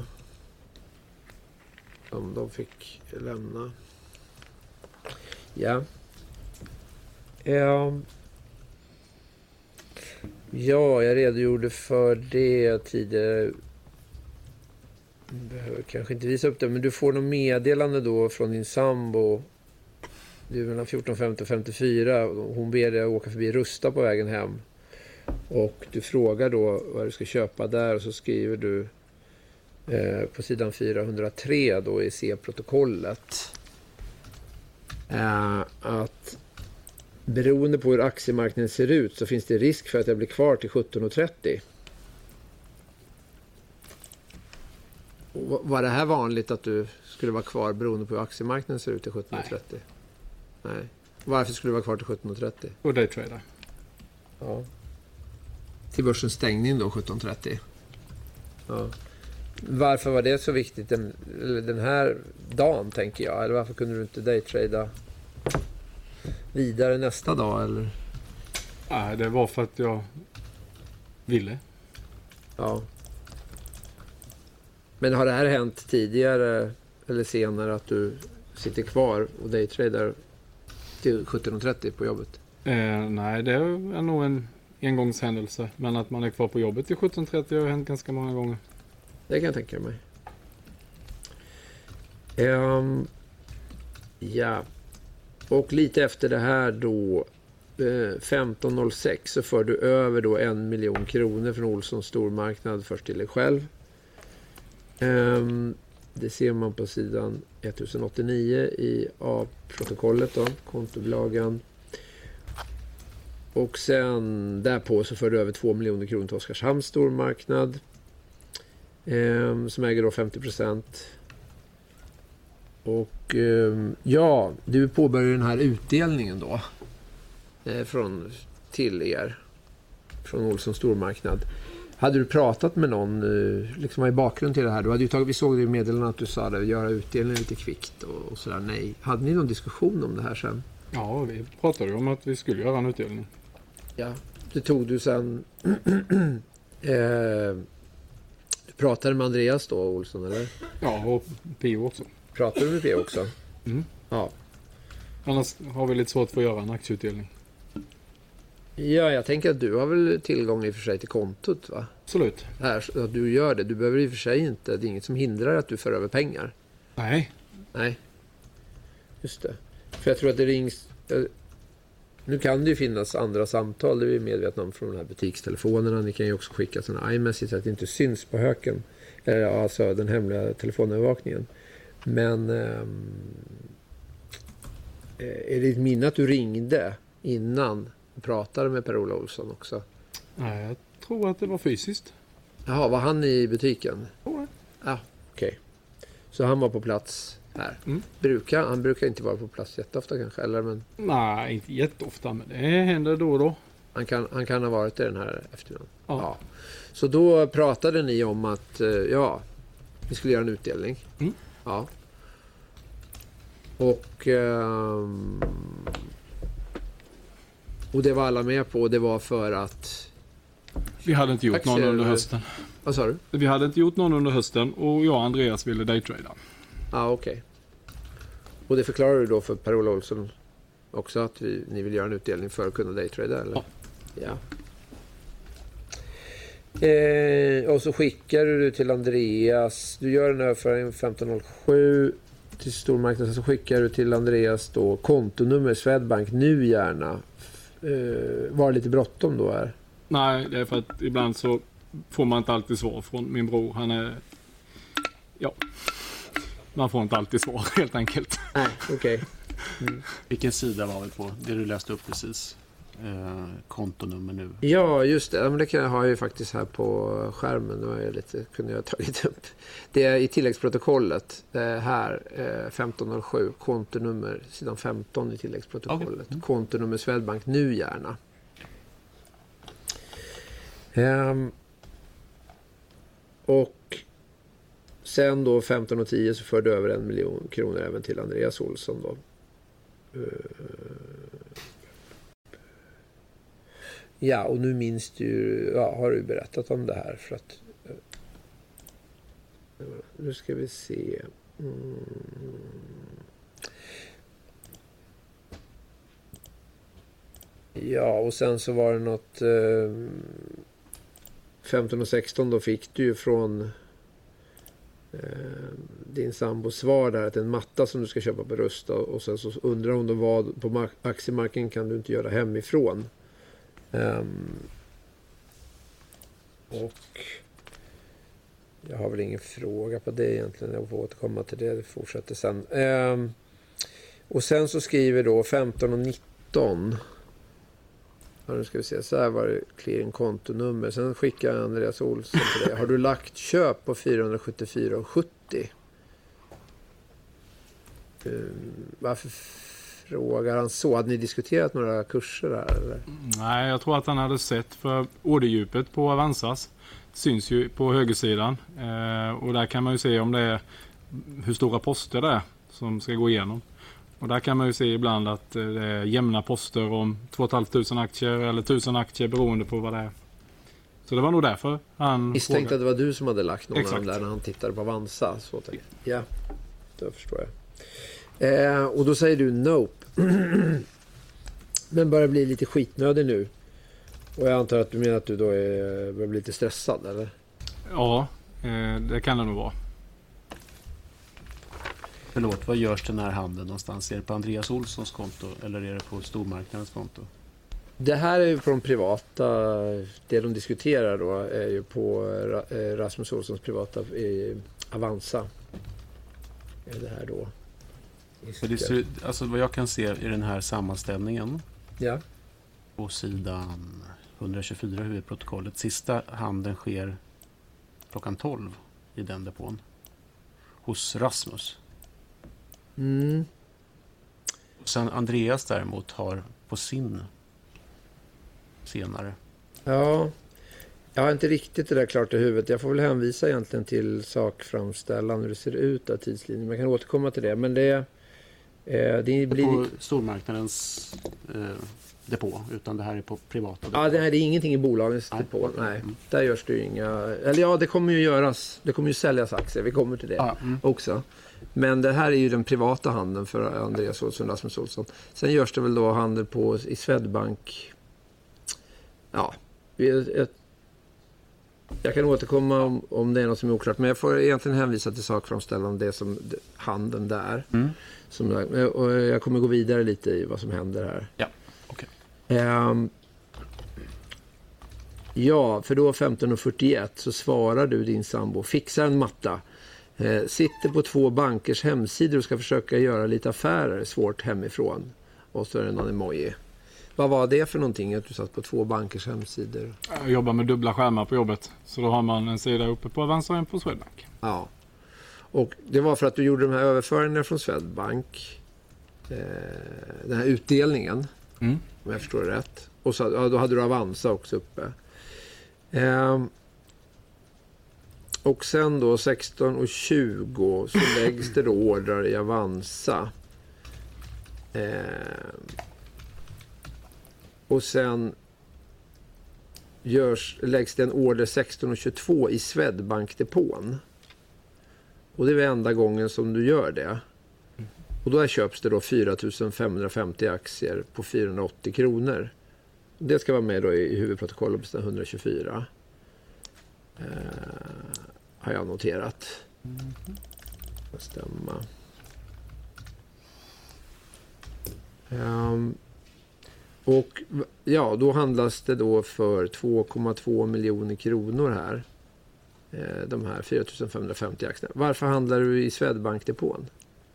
Som de fick lämna. Ja. Ja, jag redogjorde för det tidigare. Behöver kanske inte visa upp det, men du får något meddelande då från din sambo. Du är mellan 14.50 och 54. Hon ber dig åka förbi Rusta på vägen hem. Och du frågar då vad du ska köpa där, och så skriver du på sidan 403 då i C-protokollet att beroende på hur aktiemarknaden ser ut så finns det risk för att jag blir kvar till 17.30. Var det här vanligt att du skulle vara kvar beroende på hur aktiemarknaden ser ut till 17.30? Nej. Varför skulle du vara kvar till 17.30? Och daytrader. Ja. Till börsens stängning då 17.30. Ja. Varför var det så viktigt den här dagen, tänker jag? Eller varför kunde du inte daytrada vidare nästa dag? Eller? Nej, det var för att jag ville. Ja. Men har det här hänt tidigare eller senare att du sitter kvar och daytradar till 17.30 på jobbet? Nej, det är nog en engångshändelse. Men att man är kvar på jobbet till 17.30 har hänt ganska många gånger. Det kan jag tänka mig. Ja. Och lite efter det här då 15.06 så för du över då 1 miljon kronor från Olssons stormarknad först till dig själv. Det ser man på sidan 1089 i A-protokollet då, kontobolagen. Och sen därpå så för du över 2 miljoner kronor till Oskarshamns stormarknad. Som äger då 50%. Och ja, du påbörjar den här utdelningen då till er från Olssons stormarknad. Hade du pratat med någon liksom i bakgrund till det här? Du hade ju vi såg det i meddelandet att du sa det, göra utdelningen lite kvickt och sådär. Nej. Hade ni någon diskussion om det här sen? Ja, vi pratade ju om att vi skulle göra en utdelning. Ja, det tog du sen. Du pratade med Andreas då, Olsson, eller? Ja, och P.O. också. Pratade du med P.O. också? Mm. Ja. Annars har vi lite svårt för att göra en aktieutdelning. Ja, jag tänker att du har väl tillgång i och för sig till kontot, va? Absolut. Här, att du gör det. Du behöver i och för sig inte. Det är inget som hindrar att du för över pengar. Nej. Nej. Just det. För jag tror att det rings... Nu kan det ju finnas andra samtal. Det är vi medvetna om från de här butikstelefonerna. Ni kan ju också skicka sådana iMessage så att det inte syns på höken. Alltså den hemliga telefonövervakningen. Men är det ett minne att du ringde innan och pratade med Per-Ola Olsson också? Nej, jag tror att det var fysiskt. Jaha, var han i butiken? Ja. Ja, okej. Så han var på plats här. Mm. Han brukar inte vara på plats jätteofta kanske, eller? Men Nej, inte jätteofta, men det händer då och då. han kan ha varit i den här eftermiddagen. Ja. Så då pratade ni om att vi skulle göra en utdelning. Mm. Ja. Och det var alla med på. Det var för att Vi hade inte gjort någon under hösten. Vad sa du? Vi hade inte gjort någon under hösten och jag och Andreas ville daytrada. Ja, okej. Och det förklarar du då för Per-Ola Olsson också att ni vill göra en utdelning för att kunna daytrada, eller? Ja. Och så skickar du till Andreas. Du gör en överföring 1507 till stormarknaden. Så skickar du till Andreas då kontonummer Swedbank nu gärna. Var det lite bråttom då här? Nej, det är för att ibland så får man inte alltid svar från min bror. Han är... Ja. Man får inte alltid svar, helt enkelt. Nej, okej. Vilken sida var vi på? Det du läste upp precis. Kontonummer nu. Ja, just det. Men det har jag ju faktiskt här på skärmen. Det var ju kunde jag ha tagit upp. Det är i tilläggsprotokollet. Det är här 1507. Kontonummer, sidan 15 i tilläggsprotokollet. Okay. Kontonummer Swedbank nu gärna. Och sen då 15:10 så förde över 1 miljon kronor även till Andreas Olsson då. Ja, och nu minns du, har du berättat om det här för att nu ska vi se. Ja, och sen så var det något 15 och 16 då fick du ju från din sambos svar där att en matta som du ska köpa på Rusta, och sen så undrar hon då vad på aktiemarknaden kan du inte göra hemifrån. Och jag har väl ingen fråga på det egentligen. Jag får återkomma till det. Det fortsätter sen. Och sen så skriver då 15 och 19. Ja, nu ska vi se. Så här var det clearing-kontonummer. Sen skickar Andreas Olsson till det. Har du lagt köp på 474,70? Varför frågar han så? Hade ni diskuterat några kurser där? Eller? Nej, jag tror att han hade sett för orderdjupet på Avanzas. Syns ju på högersidan. Och där kan man ju se om det är hur stora poster det är som ska gå igenom. Och där kan man ju se ibland att det är jämna poster om 2 500 aktier eller 1000 aktier beroende på vad det är. Så det var nog därför han misstänkte att det var du som hade lagt någon Exakt. av dem där när han tittade på Avanza. Så ja, det förstår jag. Och då säger du nope. Men börjar bli lite skitnödig nu. Och jag antar att du menar att du då börjar bli lite stressad, eller? Ja, det kan det nog vara. Förlåt, vad görs den här handeln någonstans? Är det på Andreas Olssons konto eller är det på stormarknadens konto? Det här är ju på de privata, det de diskuterar då är ju på Rasmus Olssons privata Avanza. Är det här då? För det ser, alltså vad jag kan se i den här sammanställningen Ja. på sidan 124 i huvudprotokollet. Sista handeln sker klockan 12 i den depån. Hos Rasmus. Mm. Och sen Andreas däremot har på sin senare. Ja, jag har inte riktigt det där klart i huvudet. Jag får väl hänvisa egentligen till sakframställan hur det ser ut av tidslinjen. Man kan återkomma till det. Men det blir... På stormarknadens depå, utan det här är på privata depå. Ja, det här är ingenting i bolagens depå. Nej, där görs det ju inga... Eller ja, det kommer ju göras. Det kommer ju säljas aktier. Vi kommer till det också. Men det här är ju den privata handeln för Andreas Olsson och Rasmus Olsson. Sen görs det väl då handel i Swedbank. Ja, jag kan återkomma om det är något som är oklart. Men jag får egentligen hänvisa till sakframställan det som handeln där. Och jag kommer gå vidare lite i vad som händer här. Ja, okej. Ja, för då 15:41 så svarar du din sambo. Fixar en matta. Sitter på 2 bankers hemsidor och ska försöka göra lite affärer. Svårt hemifrån. Och så är det någon emoji. Vad var det för någonting att du satt på 2 bankers hemsidor? Jag jobbar med dubbla skärmar på jobbet. Så då har man en sida uppe på Avanza och en på Swedbank. Ja. Och det var för att du gjorde de här överföringarna från Swedbank. Den här utdelningen. Om jag förstår det rätt. Och så, då hade du Avanza också uppe. Och sen då 16:20 så läggs det då ordrar i Avanza. Och sen läggs det en order 16:22 i Swedbank-depån. Och det är enda gången som du gör det. Och då köps det då 4 550 aktier på 480 kronor. Det ska vara med då i huvudprotokollet på 124. Har jag noterat. Stämma. Och ja, då handlas det då för 2,2 miljoner kronor här. De här 4 550 aktierna. Varför handlar du i Swedbank-depån?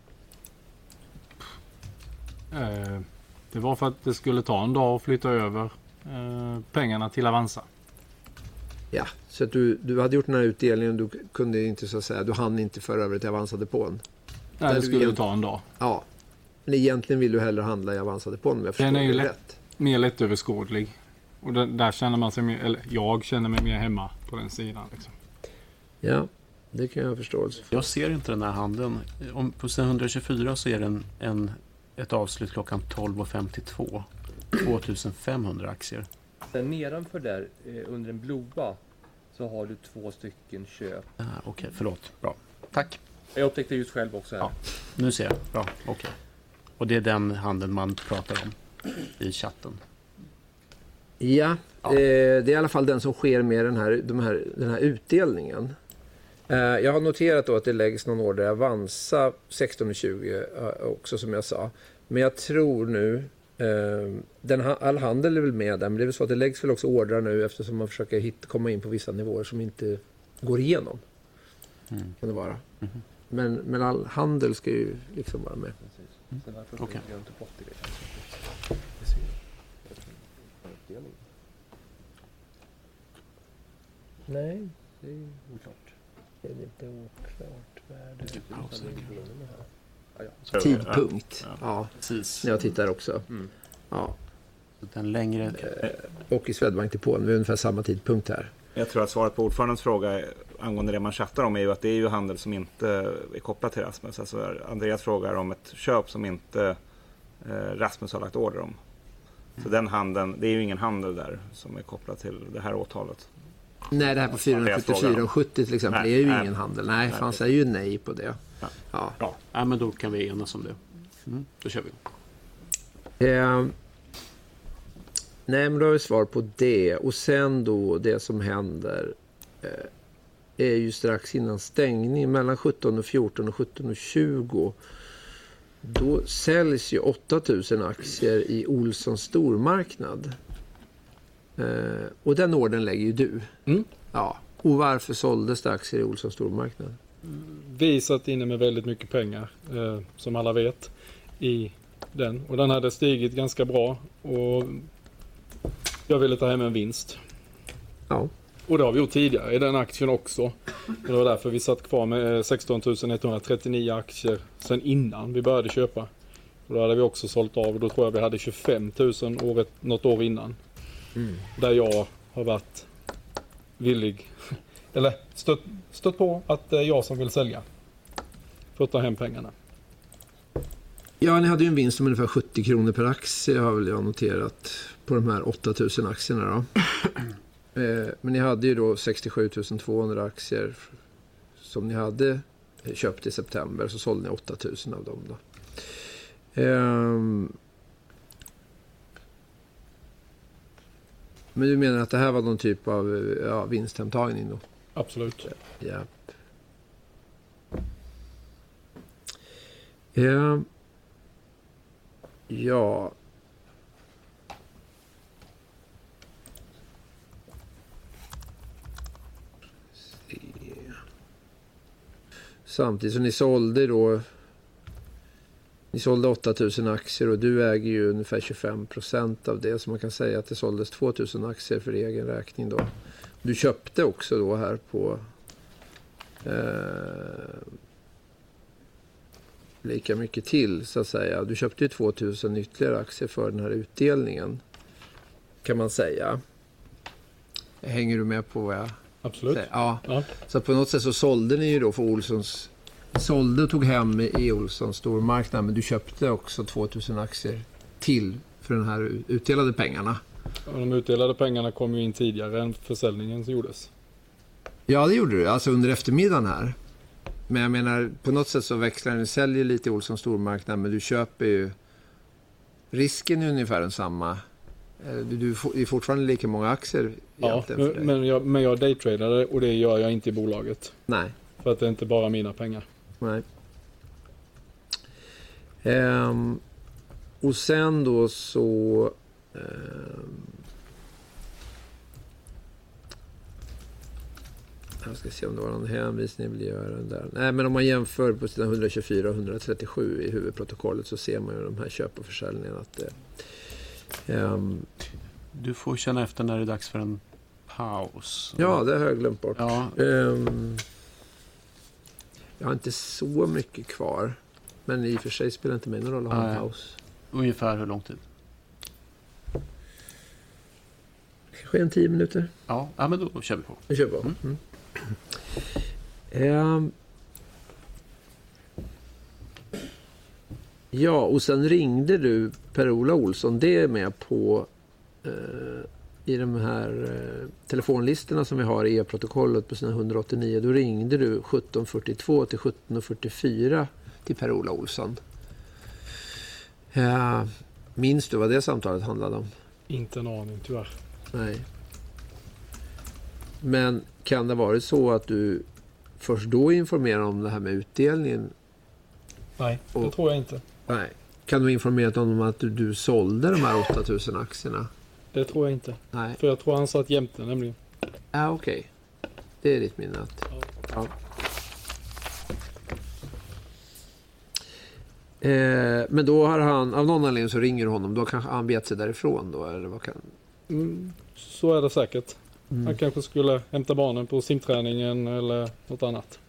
Det var för att det skulle ta en dag att flytta över pengarna till Avanza. Ja, så att du hade gjort den här utdelningen, du kunde inte så att säga, du hann inte föra över till Avanza-depån. Nej, det skulle ta en dag. Ja, men egentligen vill du hellre handla i Avanza-depån om jag förstår Den är ju det rätt. Mer lättöverskådlig. Och där känner man sig mer, eller jag känner mig mer hemma på den sidan. Liksom. Ja, det kan jag förstå. Jag ser inte den här handeln. På sidan 124 så är det en ett avslut klockan 12.52. 2500 aktier. Sen nedanför där under en blåa så har du 2 stycken köp. Okej, förlåt. Bra. Tack. Jag upptäckte just själv också här. Ja, nu ser jag. Bra, okej. Och det är den handeln man pratar om i chatten. Ja, det är i alla fall den som sker med den här utdelningen. Jag har noterat då att det läggs någon order i Avanza 16:20 också som jag sa. Men jag tror nu, all handel är väl med där, men det är väl så att det läggs väl också ordrar nu eftersom man försöker komma in på vissa nivåer som inte går igenom. Kan det vara. Men all handel ska ju liksom vara med. Okej. Nej, det är oklart. Det är lite oklart. Tidpunkt. Ja, Precis. jag tittar också. Ja. Den längre... Och i Swedbank-depån, vi är ungefär samma tidpunkt här. Jag tror att svaret på ordförandens fråga angående det man chattar om är ju att det är ju handel som inte är kopplat till Rasmus. Alltså Andreas frågar om ett köp som inte Rasmus har lagt order om. Så den handeln, det är ju ingen handel där som är kopplat till det här åtalet. Nej, det här på 474 och 70 till exempel, det är ju ingen handel. Nej, för han säger ju nej på det. Ja, men då kan vi enas om det. Då kör vi. Nej, men då har vi svar på det. Och sen då det som händer är ju strax innan stängning mellan 17:14 och 17:20. Då säljs ju 8000 aktier i Olssons stormarknad. Och den orden lägger ju du. Ja. Och varför såldes det aktier i Olssons stormarknad? Vi satt inne med väldigt mycket pengar, som alla vet, i den. Och den hade stigit ganska bra. Och jag ville ta hem en vinst. Ja. Och det har vi gjort tidigare i den aktien också. Och det var därför vi satt kvar med 16 139 aktier sen innan vi började köpa. Och då hade vi också sålt av. Och då tror jag vi hade 25 000 något år innan. Där jag har varit villig, eller stött på att det är jag som vill sälja för att ta hem pengarna. Ja, ni hade ju en vinst om ungefär 70 kronor per aktie har väl jag noterat på de här 8000 aktierna då. Men ni hade ju då 67 200 aktier som ni hade köpt i september, så sålde ni 8000 av dem då. Men du menar att det här var någon typ av vinsthemtagning då? Absolut. Ja. Ja. Samtidigt som ni sålde 8000 aktier och du äger ju ungefär 25% av det, så man kan säga att det såldes 2000 aktier för egen räkning då. Du köpte också då här på lika mycket till så att säga. Du köpte ju 2000 ytterligare aktier för den här utdelningen kan man säga. Hänger du med på vad jag Absolut. säger? Ja. Ja. Så på något sätt så sålde ni ju då för Olssons, sålde och tog hem i Olssons stormarknad, men du köpte också 2000 aktier till för den här utdelade pengarna. Och de utdelade pengarna kom ju in tidigare än försäljningen som gjordes. Ja, det gjorde du. Alltså under eftermiddagen här. Men jag menar, på något sätt så växlar ni, säljer lite i Olssons stormarknad, men du köper ju, risken är ungefär densamma. Du är fortfarande lika många aktier Ja, men jag daytradade och det gör jag inte i bolaget. Nej. För att det är inte bara mina pengar. Nej. Och sen då så jag ska se om det var någon hänvisning jag vill göra där. Nej, men om man jämför på sidan 124 och 137 i huvudprotokollet så ser man ju de här köp och försäljningarna att Du får känna efter när det är dags för en paus. ja, det har jag glömt bort. Ja. Jag har inte så mycket kvar. Men i och för sig spelar inte mig någon roll att ha en paus. Ungefär hur lång tid? Kanske 10 minuter. Ja, men då kör vi på. Vi kör på. Ja, och sen ringde du Per-Ola Olsson. Det är med på i de här telefonlistorna som vi har i e-protokollet på sina 189. Då ringde du 17.42 till 17.44 till Per-Ola Olsson. Minns du vad det samtalet handlade om? Inte en aning, tyvärr. Nej. Men kan det varit så att du först då informerade om det här med utdelningen? Nej, det tror jag inte. Nej. Kan du informera honom om att du sålde de här 8000 aktierna? Det tror jag inte. Nej. För jag tror han satt jämte nämligen. Ja, okej. Det är ditt minne. Ja. Men då har han, av någon anledning så ringer du honom. Då kanske han vet sig därifrån då? Eller vad kan... Så är det säkert. Han kanske skulle hämta barnen på simträningen eller något annat.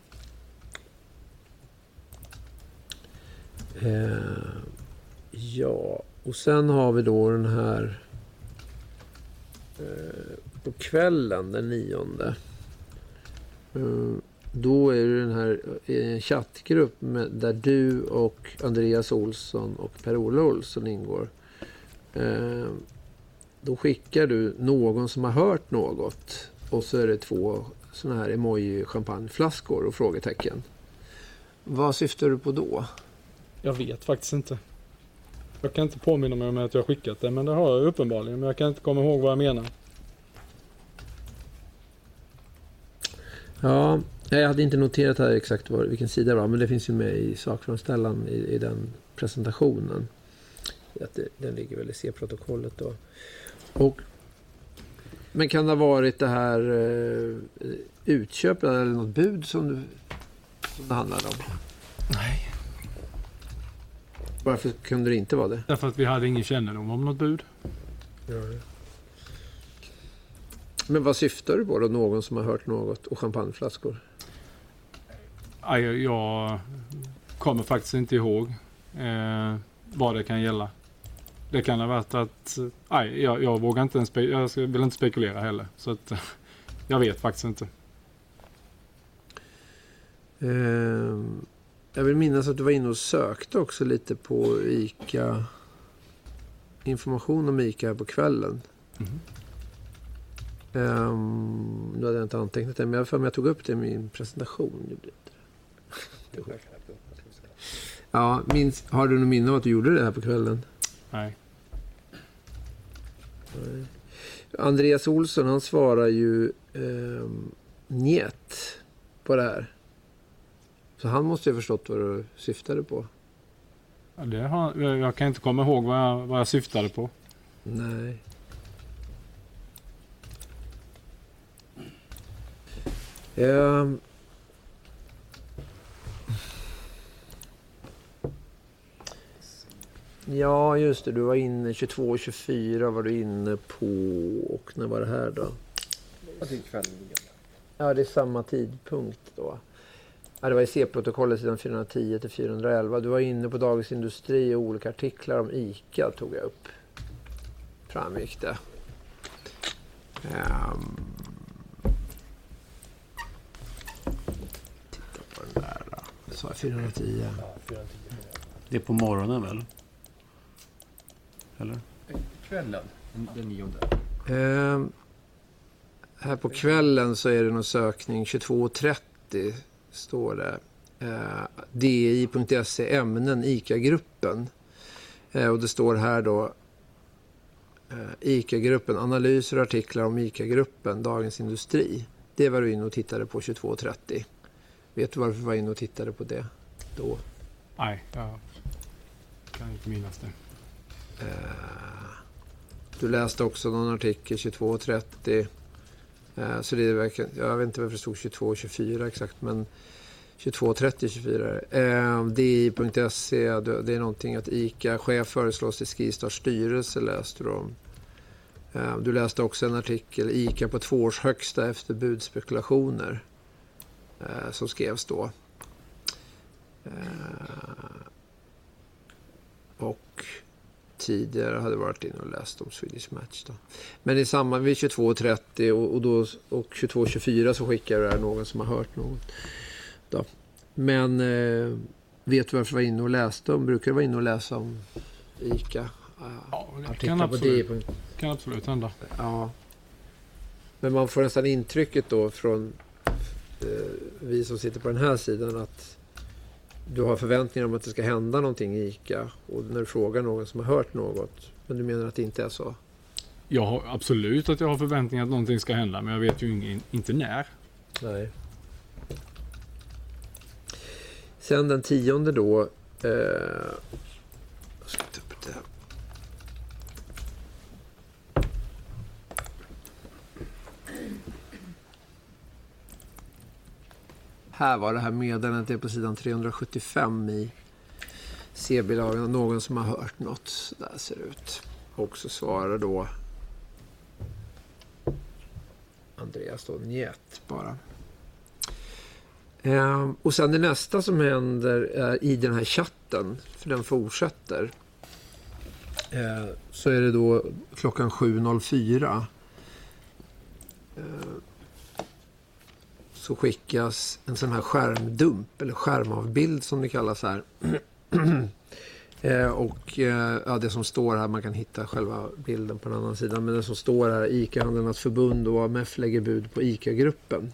Ja, och sen har vi då den här på kvällen den 9:e. Då är det den här chattgrupp där du och Andreas Olsson och Per-Ola Olsson ingår. Då skickar du någon som har hört något och så är det 2 såna här emoji-champagneflaskor och frågetecken. Vad syftar du på då? Jag vet faktiskt inte. Jag kan inte påminna mig om att jag har skickat det, men det har jag uppenbarligen. Men jag kan inte komma ihåg vad jag menar. Ja, jag hade inte noterat här exakt vilken sida det var, men det finns ju med i sakframställan i den presentationen. Att den ligger väl i C-protokollet då. Men kan det ha varit det här utköpet eller något bud som det handlade om? Nej. Varför kunde det inte vara det? Därför att vi hade ingen kännedom om något bud. Ja. Men vad syftar du på då? Någon som har hört något och champagneflaskor? Jag kommer faktiskt inte ihåg vad det kan gälla. Det kan ha varit att... jag vågar inte ens... Jag vill inte spekulera heller. Så att jag vet faktiskt inte. Jag vill minnas att du var inne och sökte också lite på ICA. Information om ICA här på kvällen. Nu hade jag inte antecknat det, men jag tog upp det i min presentation. Ja, har du någon minne av att du gjorde det här på kvällen? Nej. Andreas Olsson, han svarar ju njet på det här. Så han måste ju ha förstått vad du syftade på. Ja, jag kan inte komma ihåg vad jag syftade på. Nej. Ja, just det. Du var inne 22:24 var du inne på. Och när var det här då? Och till kvällen igen. Ja, det är samma tidpunkt då. Ja, det var i C-protokollet sidan 410 till 411. Du var inne på Dagens Industri och olika artiklar om ICA tog jag upp. Framgick det. Titta på den där då. Så 410. Ja, 410. Det är på morgonen väl? Eller? Kvällen, den 9:e. Här på kvällen så är det någon sökning 22:30 står det. di.se ämnen ICA-gruppen. Och det står här då ICA-gruppen, analyser och artiklar om ICA-gruppen, Dagens Industri. Det var du inne och tittade på 22:30. Vet du varför du var inne och tittade på det då? Nej, jag kan inte minnas det. Du läste också någon artikel 22:30. Så det är verkligen, jag vet inte varför det stod 22:24 exakt, men 22:30-24. di.se, det är någonting att ICA-chef föreslås till Skistarts styrelse, läste du om. Du läste också en artikel, ICA på 2 års högsta efter budspekulationer, som skrevs då. Och tidigare hade varit inne och läst om Swedish Match då. Men i samband vid 22:30 och 22:24 så skickar det här någon som har hört något då. Men Vet du varför du var inne och läste om? Brukar du vara inne och läsa om ICA? Ja, det Artiklar kan absolut hända. Ja. Men man får nästan intrycket då från vi som sitter på den här sidan att du har förväntningar om att det ska hända någonting i ICA. Och när du frågar någon som har hört något. Men du menar att det inte är så? Jag har absolut att jag har förväntningar att någonting ska hända. Men jag vet ju inte när. Nej. Sen den 10:e då. Jag ska ta upp det här. Här var det här meddelandet, det är på sidan 375 i C-bilagan. Någon som har hört något, så där ser det ut. Och så svarar då Andreas då njet bara. Och sen det nästa som händer är i den här chatten, för den fortsätter. Så är det då klockan 7.04. Så skickas en sån här skärmdump eller skärmavbild som det kallas här. Och det som står här, man kan hitta själva bilden på den andra sidan, men det som står här, ICA-handlarnas förbund och AMF lägger bud på ICA-gruppen.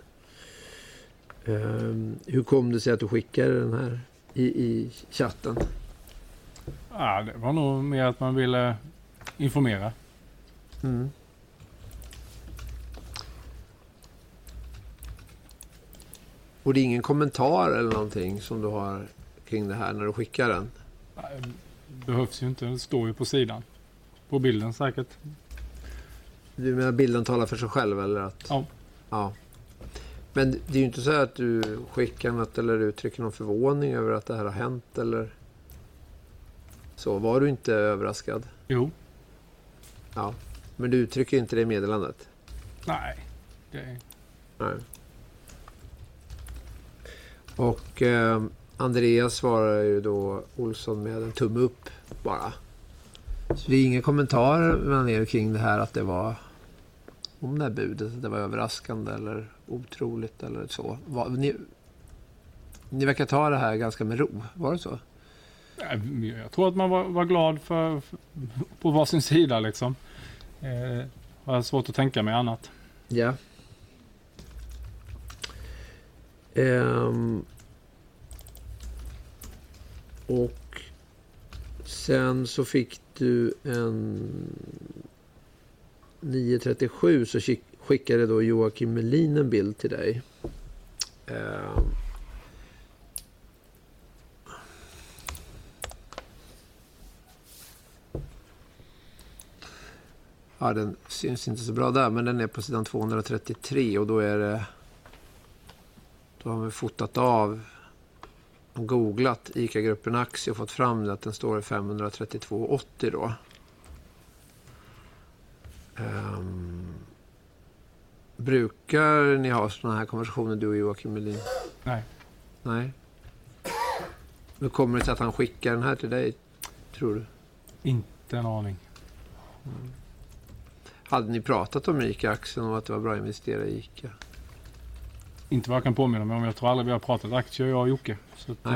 Hur kom det sig att du skickade den här i chatten? Ja, det var nog mer att man ville informera. Mm. Och det är ingen kommentar eller någonting som du har kring det här när du skickar den? Nej, behövs ju inte, det står ju på sidan. På bilden säkert. Du menar bilden talar för sig själv eller att? Ja. Ja. Men det är ju inte så att du skickar något eller uttrycker någon förvåning över att det här har hänt eller så. Var du inte överraskad? Jo. Ja. Men du uttrycker inte det i meddelandet? Nej. Nej. Och Andreas svarar ju då Olsson med en tumme upp bara. Så det är inga kommentarer mellan er kring det här att det var om det här budet, det var överraskande eller otroligt eller så. Ni verkar ta det här ganska med ro, var det så? Jag tror att man var glad för på varsin sida liksom. Har jag svårt att tänka mig annat. Ja. Och sen så fick du en 9.37 så skickade då Joakim Melin en bild till dig. Ja, den syns inte så bra där, men den är på sidan 233 och då är det, då har vi fotat av och googlat ICA-gruppen aktie och fått fram det att den står i 532,80 då. Brukar ni ha sådana här konversationer, du och Joakim Melin? Nej. Nej. Nu kommer det sig att han skickar den här till dig, tror du? Inte en aning. Mm. Hade ni pratat om ICA-aktien och att det var bra att investera i ICA? Inte vad jag kan påminna mig om. Jag tror aldrig vi har pratat aktier, jag och Jocke. Så att,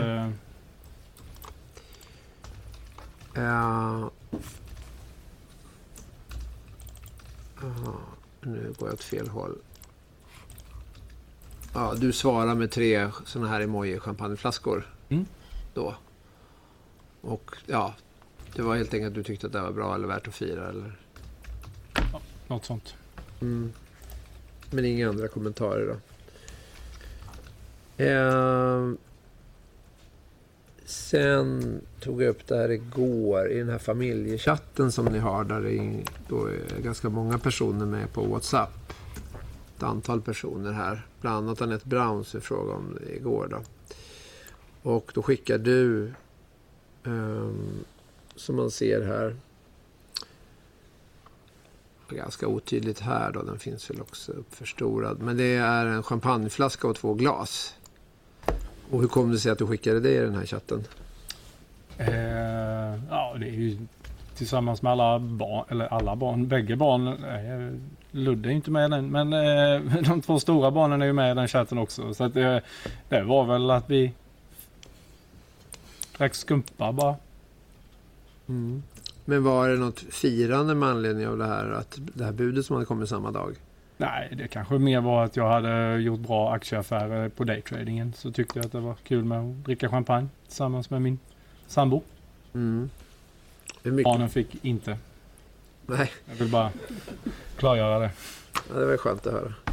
nu går jag åt fel håll. Ja, du svarar med 3 såna här emoji-champagneflaskor. Mm. Då. Och ja, det var helt enkelt att du tyckte att det var bra eller värt att fira eller? Ja, något sånt. Mm. Men inga andra kommentarer då? Sen tog jag upp det här igår i den här familjechatten som ni har där det då är ganska många personer med på WhatsApp. Ett antal personer här. Bland annat Annette Browns fråga om det igår då. Och då skickar du som man ser här ganska otydligt här då, den finns väl också uppförstorad, men det är en champagneflaska och 2 glas. Och hur kom det sig att du skickade det i den här chatten? Ja, det är ju tillsammans med alla barn, eller alla barn, bägge barn. Ludde är inte med i den, men de 2 stora barnen är ju med i den chatten också. Så att det var väl att vi drack skumpa bara. Mm. Men var det något firande med anledning av det här budet som hade kommit samma dag? Nej, det kanske mer var att jag hade gjort bra aktieaffärer på daytradingen. Så tyckte jag att det var kul med att dricka champagne tillsammans med min sambo. Mm. Hur mycket? Barnen fick inte. Nej. Jag vill bara klargöra det. Ja, det var skönt att höra.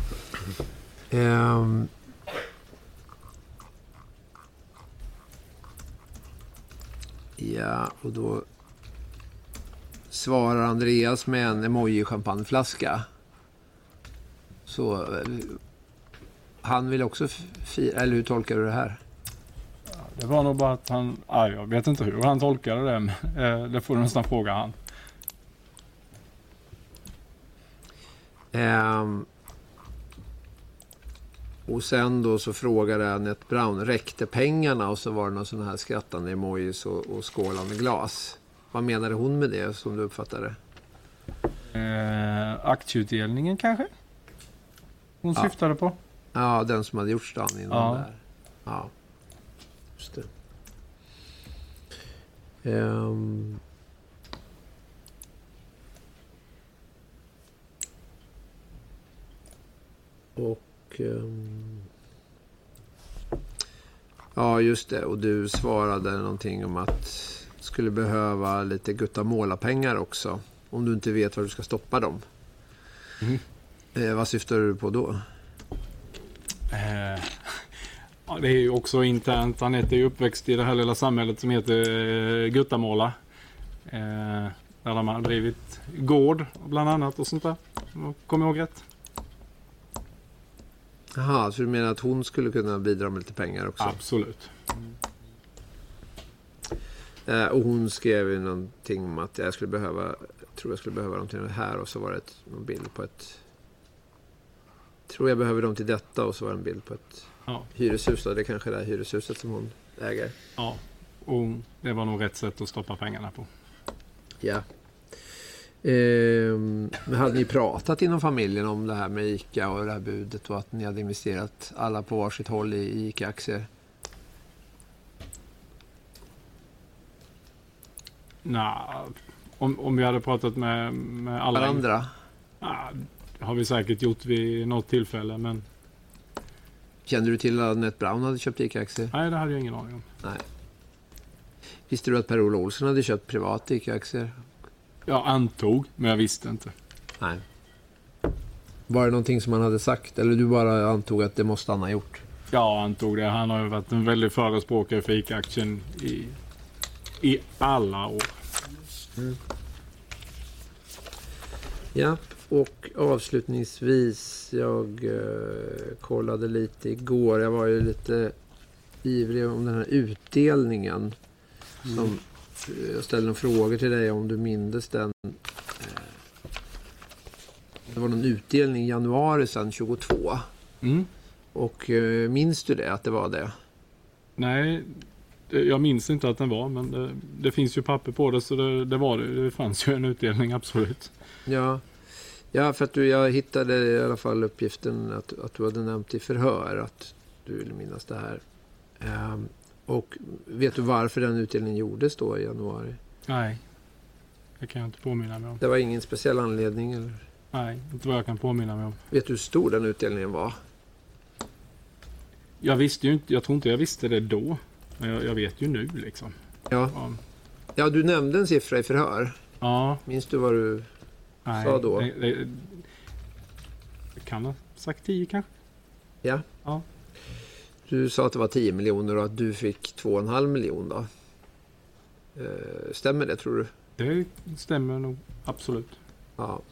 Ja, och då svarar Andreas med en emoji-champagneflaska. Så han vill också fira, eller hur tolkar du det här? Det var nog bara att han, jag vet inte hur han tolkade det, men det får du nästan fråga han. Och sen då så frågade Annette Brown, räckte pengarna? Och så var det någon sån här skrattande emojis och skålande glas. Vad menade hon med det som du uppfattade? Aktieutdelningen kanske? Hon syftade på. Ja, den som hade gjorts dagen innan där. Ja, just det. Ja, just det. Och du svarade någonting om att du skulle behöva lite guttamåla-pengar också. Om du inte vet var du ska stoppa dem. Vad syftar du på då? Det är ju också internt. Anette är ju uppväxt i det här lilla samhället som heter Guttamåla. Där de har drivit gård bland annat och sånt där. Kommer jag ihåg rätt? Jaha, så du menar att hon skulle kunna bidra med lite pengar också? Absolut. Och hon skrev ju någonting om att jag skulle behöva dem till det här, och så var det någon bild på ett... Tror jag behöver dem till detta, och så var det en bild på ett hyreshus. Det är kanske det här hyreshuset som hon äger. Ja, och det var nog rätt sätt att stoppa pengarna på. Ja. Men hade ni pratat inom familjen om det här med ICA och det här budet, och att ni hade investerat alla på varsitt håll i ICA-aktier? Nej, om vi hade pratat med alla andra? Det har vi säkert gjort vid något tillfälle, men... Kände du till att Annette Brown hade köpt ICA-aktier? Nej, det hade jag ingen aning om. Nej. Visste du att Per-Ola Olsson hade köpt privat ICA-aktier? Jag antog, men jag visste inte. Nej. Var det någonting som han hade sagt, eller du bara antog att det måste han ha gjort? Jag antog det. Han har ju varit en väldigt förespråkare för ICA-aktien i alla år. Mm. Ja, och avslutningsvis, jag kollade lite igår. Jag var ju lite ivrig om den här utdelningen. Som jag ställde några frågor till dig om du mindes den. Det var någon utdelning i januari sedan 22. Mm. Och minns du det, att det var det? Nej, jag minns inte att den var, men det finns ju papper på det, så det var det. Det fanns ju en utdelning, absolut. Ja, för att jag hittade i alla fall uppgiften att du hade nämnt i förhör att du ville minnas det här. Och vet du varför den utdelningen gjordes då i januari? Nej, det kan jag inte påminna mig om. Det var ingen speciell anledning, eller? Nej, inte vad jag kan påminna mig om. Vet du hur stor den utdelningen var? Jag visste ju inte, jag tror inte jag visste det då. Men jag vet ju nu liksom. Ja, du nämnde en siffra i förhör. Ja. Minns du vad du sa då? Det kan ha sagt 10 kanske. Ja. Du sa att det var 10 miljoner och att du fick 2,5 miljoner då. Stämmer det, tror du? Det stämmer nog, absolut. Ja.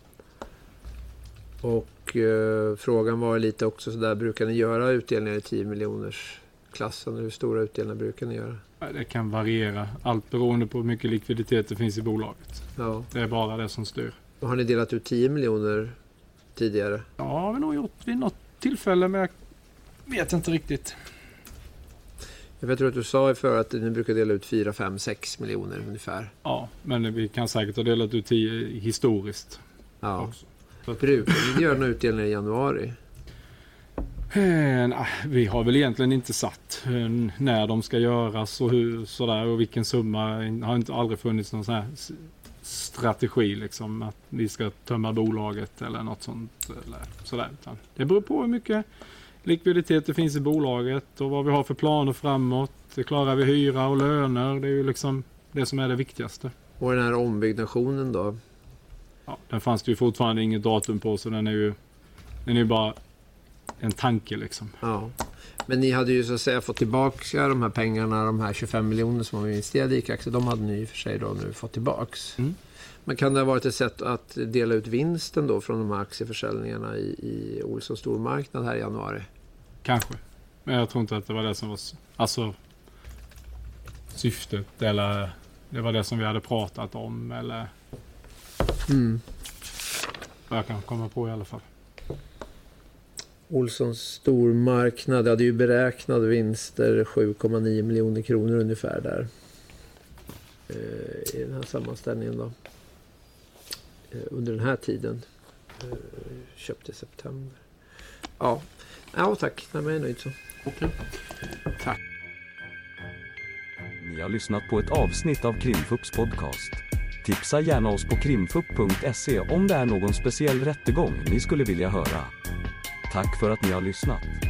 Och frågan var lite också så där, brukar ni göra utdelningar i 10 miljoners klassen? Hur stora utdelningar brukar ni göra? Det kan variera, allt beroende på hur mycket likviditet det finns i bolaget. Ja. Det är bara det som styr. Och har ni delat ut 10 miljoner tidigare? Ja, har vi nog gjort vid något tillfälle, men jag vet inte riktigt. Jag tror att du sa i för att ni brukar dela ut 4, 5, 6 miljoner ungefär. Ja, men vi kan säkert ha delat ut 10 historiskt. Ja. Också. Brukar ni göra några utdelningar i januari? Vi har väl egentligen inte satt när de ska göras och hur sådär och vilken summa. Har inte aldrig funnits någon sån här strategi liksom att vi ska tömma bolaget eller något sånt eller sådär. Utan det beror på hur mycket likviditet det finns i bolaget och vad vi har för planer framåt. Det klarar vi hyra och löner. Det är ju liksom det som är det viktigaste. Och den här ombyggnationen då? Ja, den fanns det ju fortfarande inget datum på så den är ju bara en tanke liksom. Ja. Men ni hade ju så att säga fått tillbaka de här pengarna, de här 25 miljoner som var investerade i ICA-aktier, de hade ni i och för sig då nu fått tillbaks. Mm. Men kan det ha varit ett sätt att dela ut vinsten då från de här aktieförsäljningarna i Olssons stormarknad här i januari? Kanske. Men jag tror inte att det var det som var syftet eller det var det som vi hade pratat om eller vad jag kan komma på i alla fall. Olssons stormarknad hade ju beräknade vinster 7,9 miljoner kronor ungefär där i den här sammanställningen då. Under den här tiden köpte i september. Ja, tack. Nej, men jag är nöjd så. Okej. Tack. Ni har lyssnat på ett avsnitt av Krimfupps podcast. Tipsa gärna oss på krimfupp.se om det är någon speciell rättegång ni skulle vilja höra. Tack för att ni har lyssnat.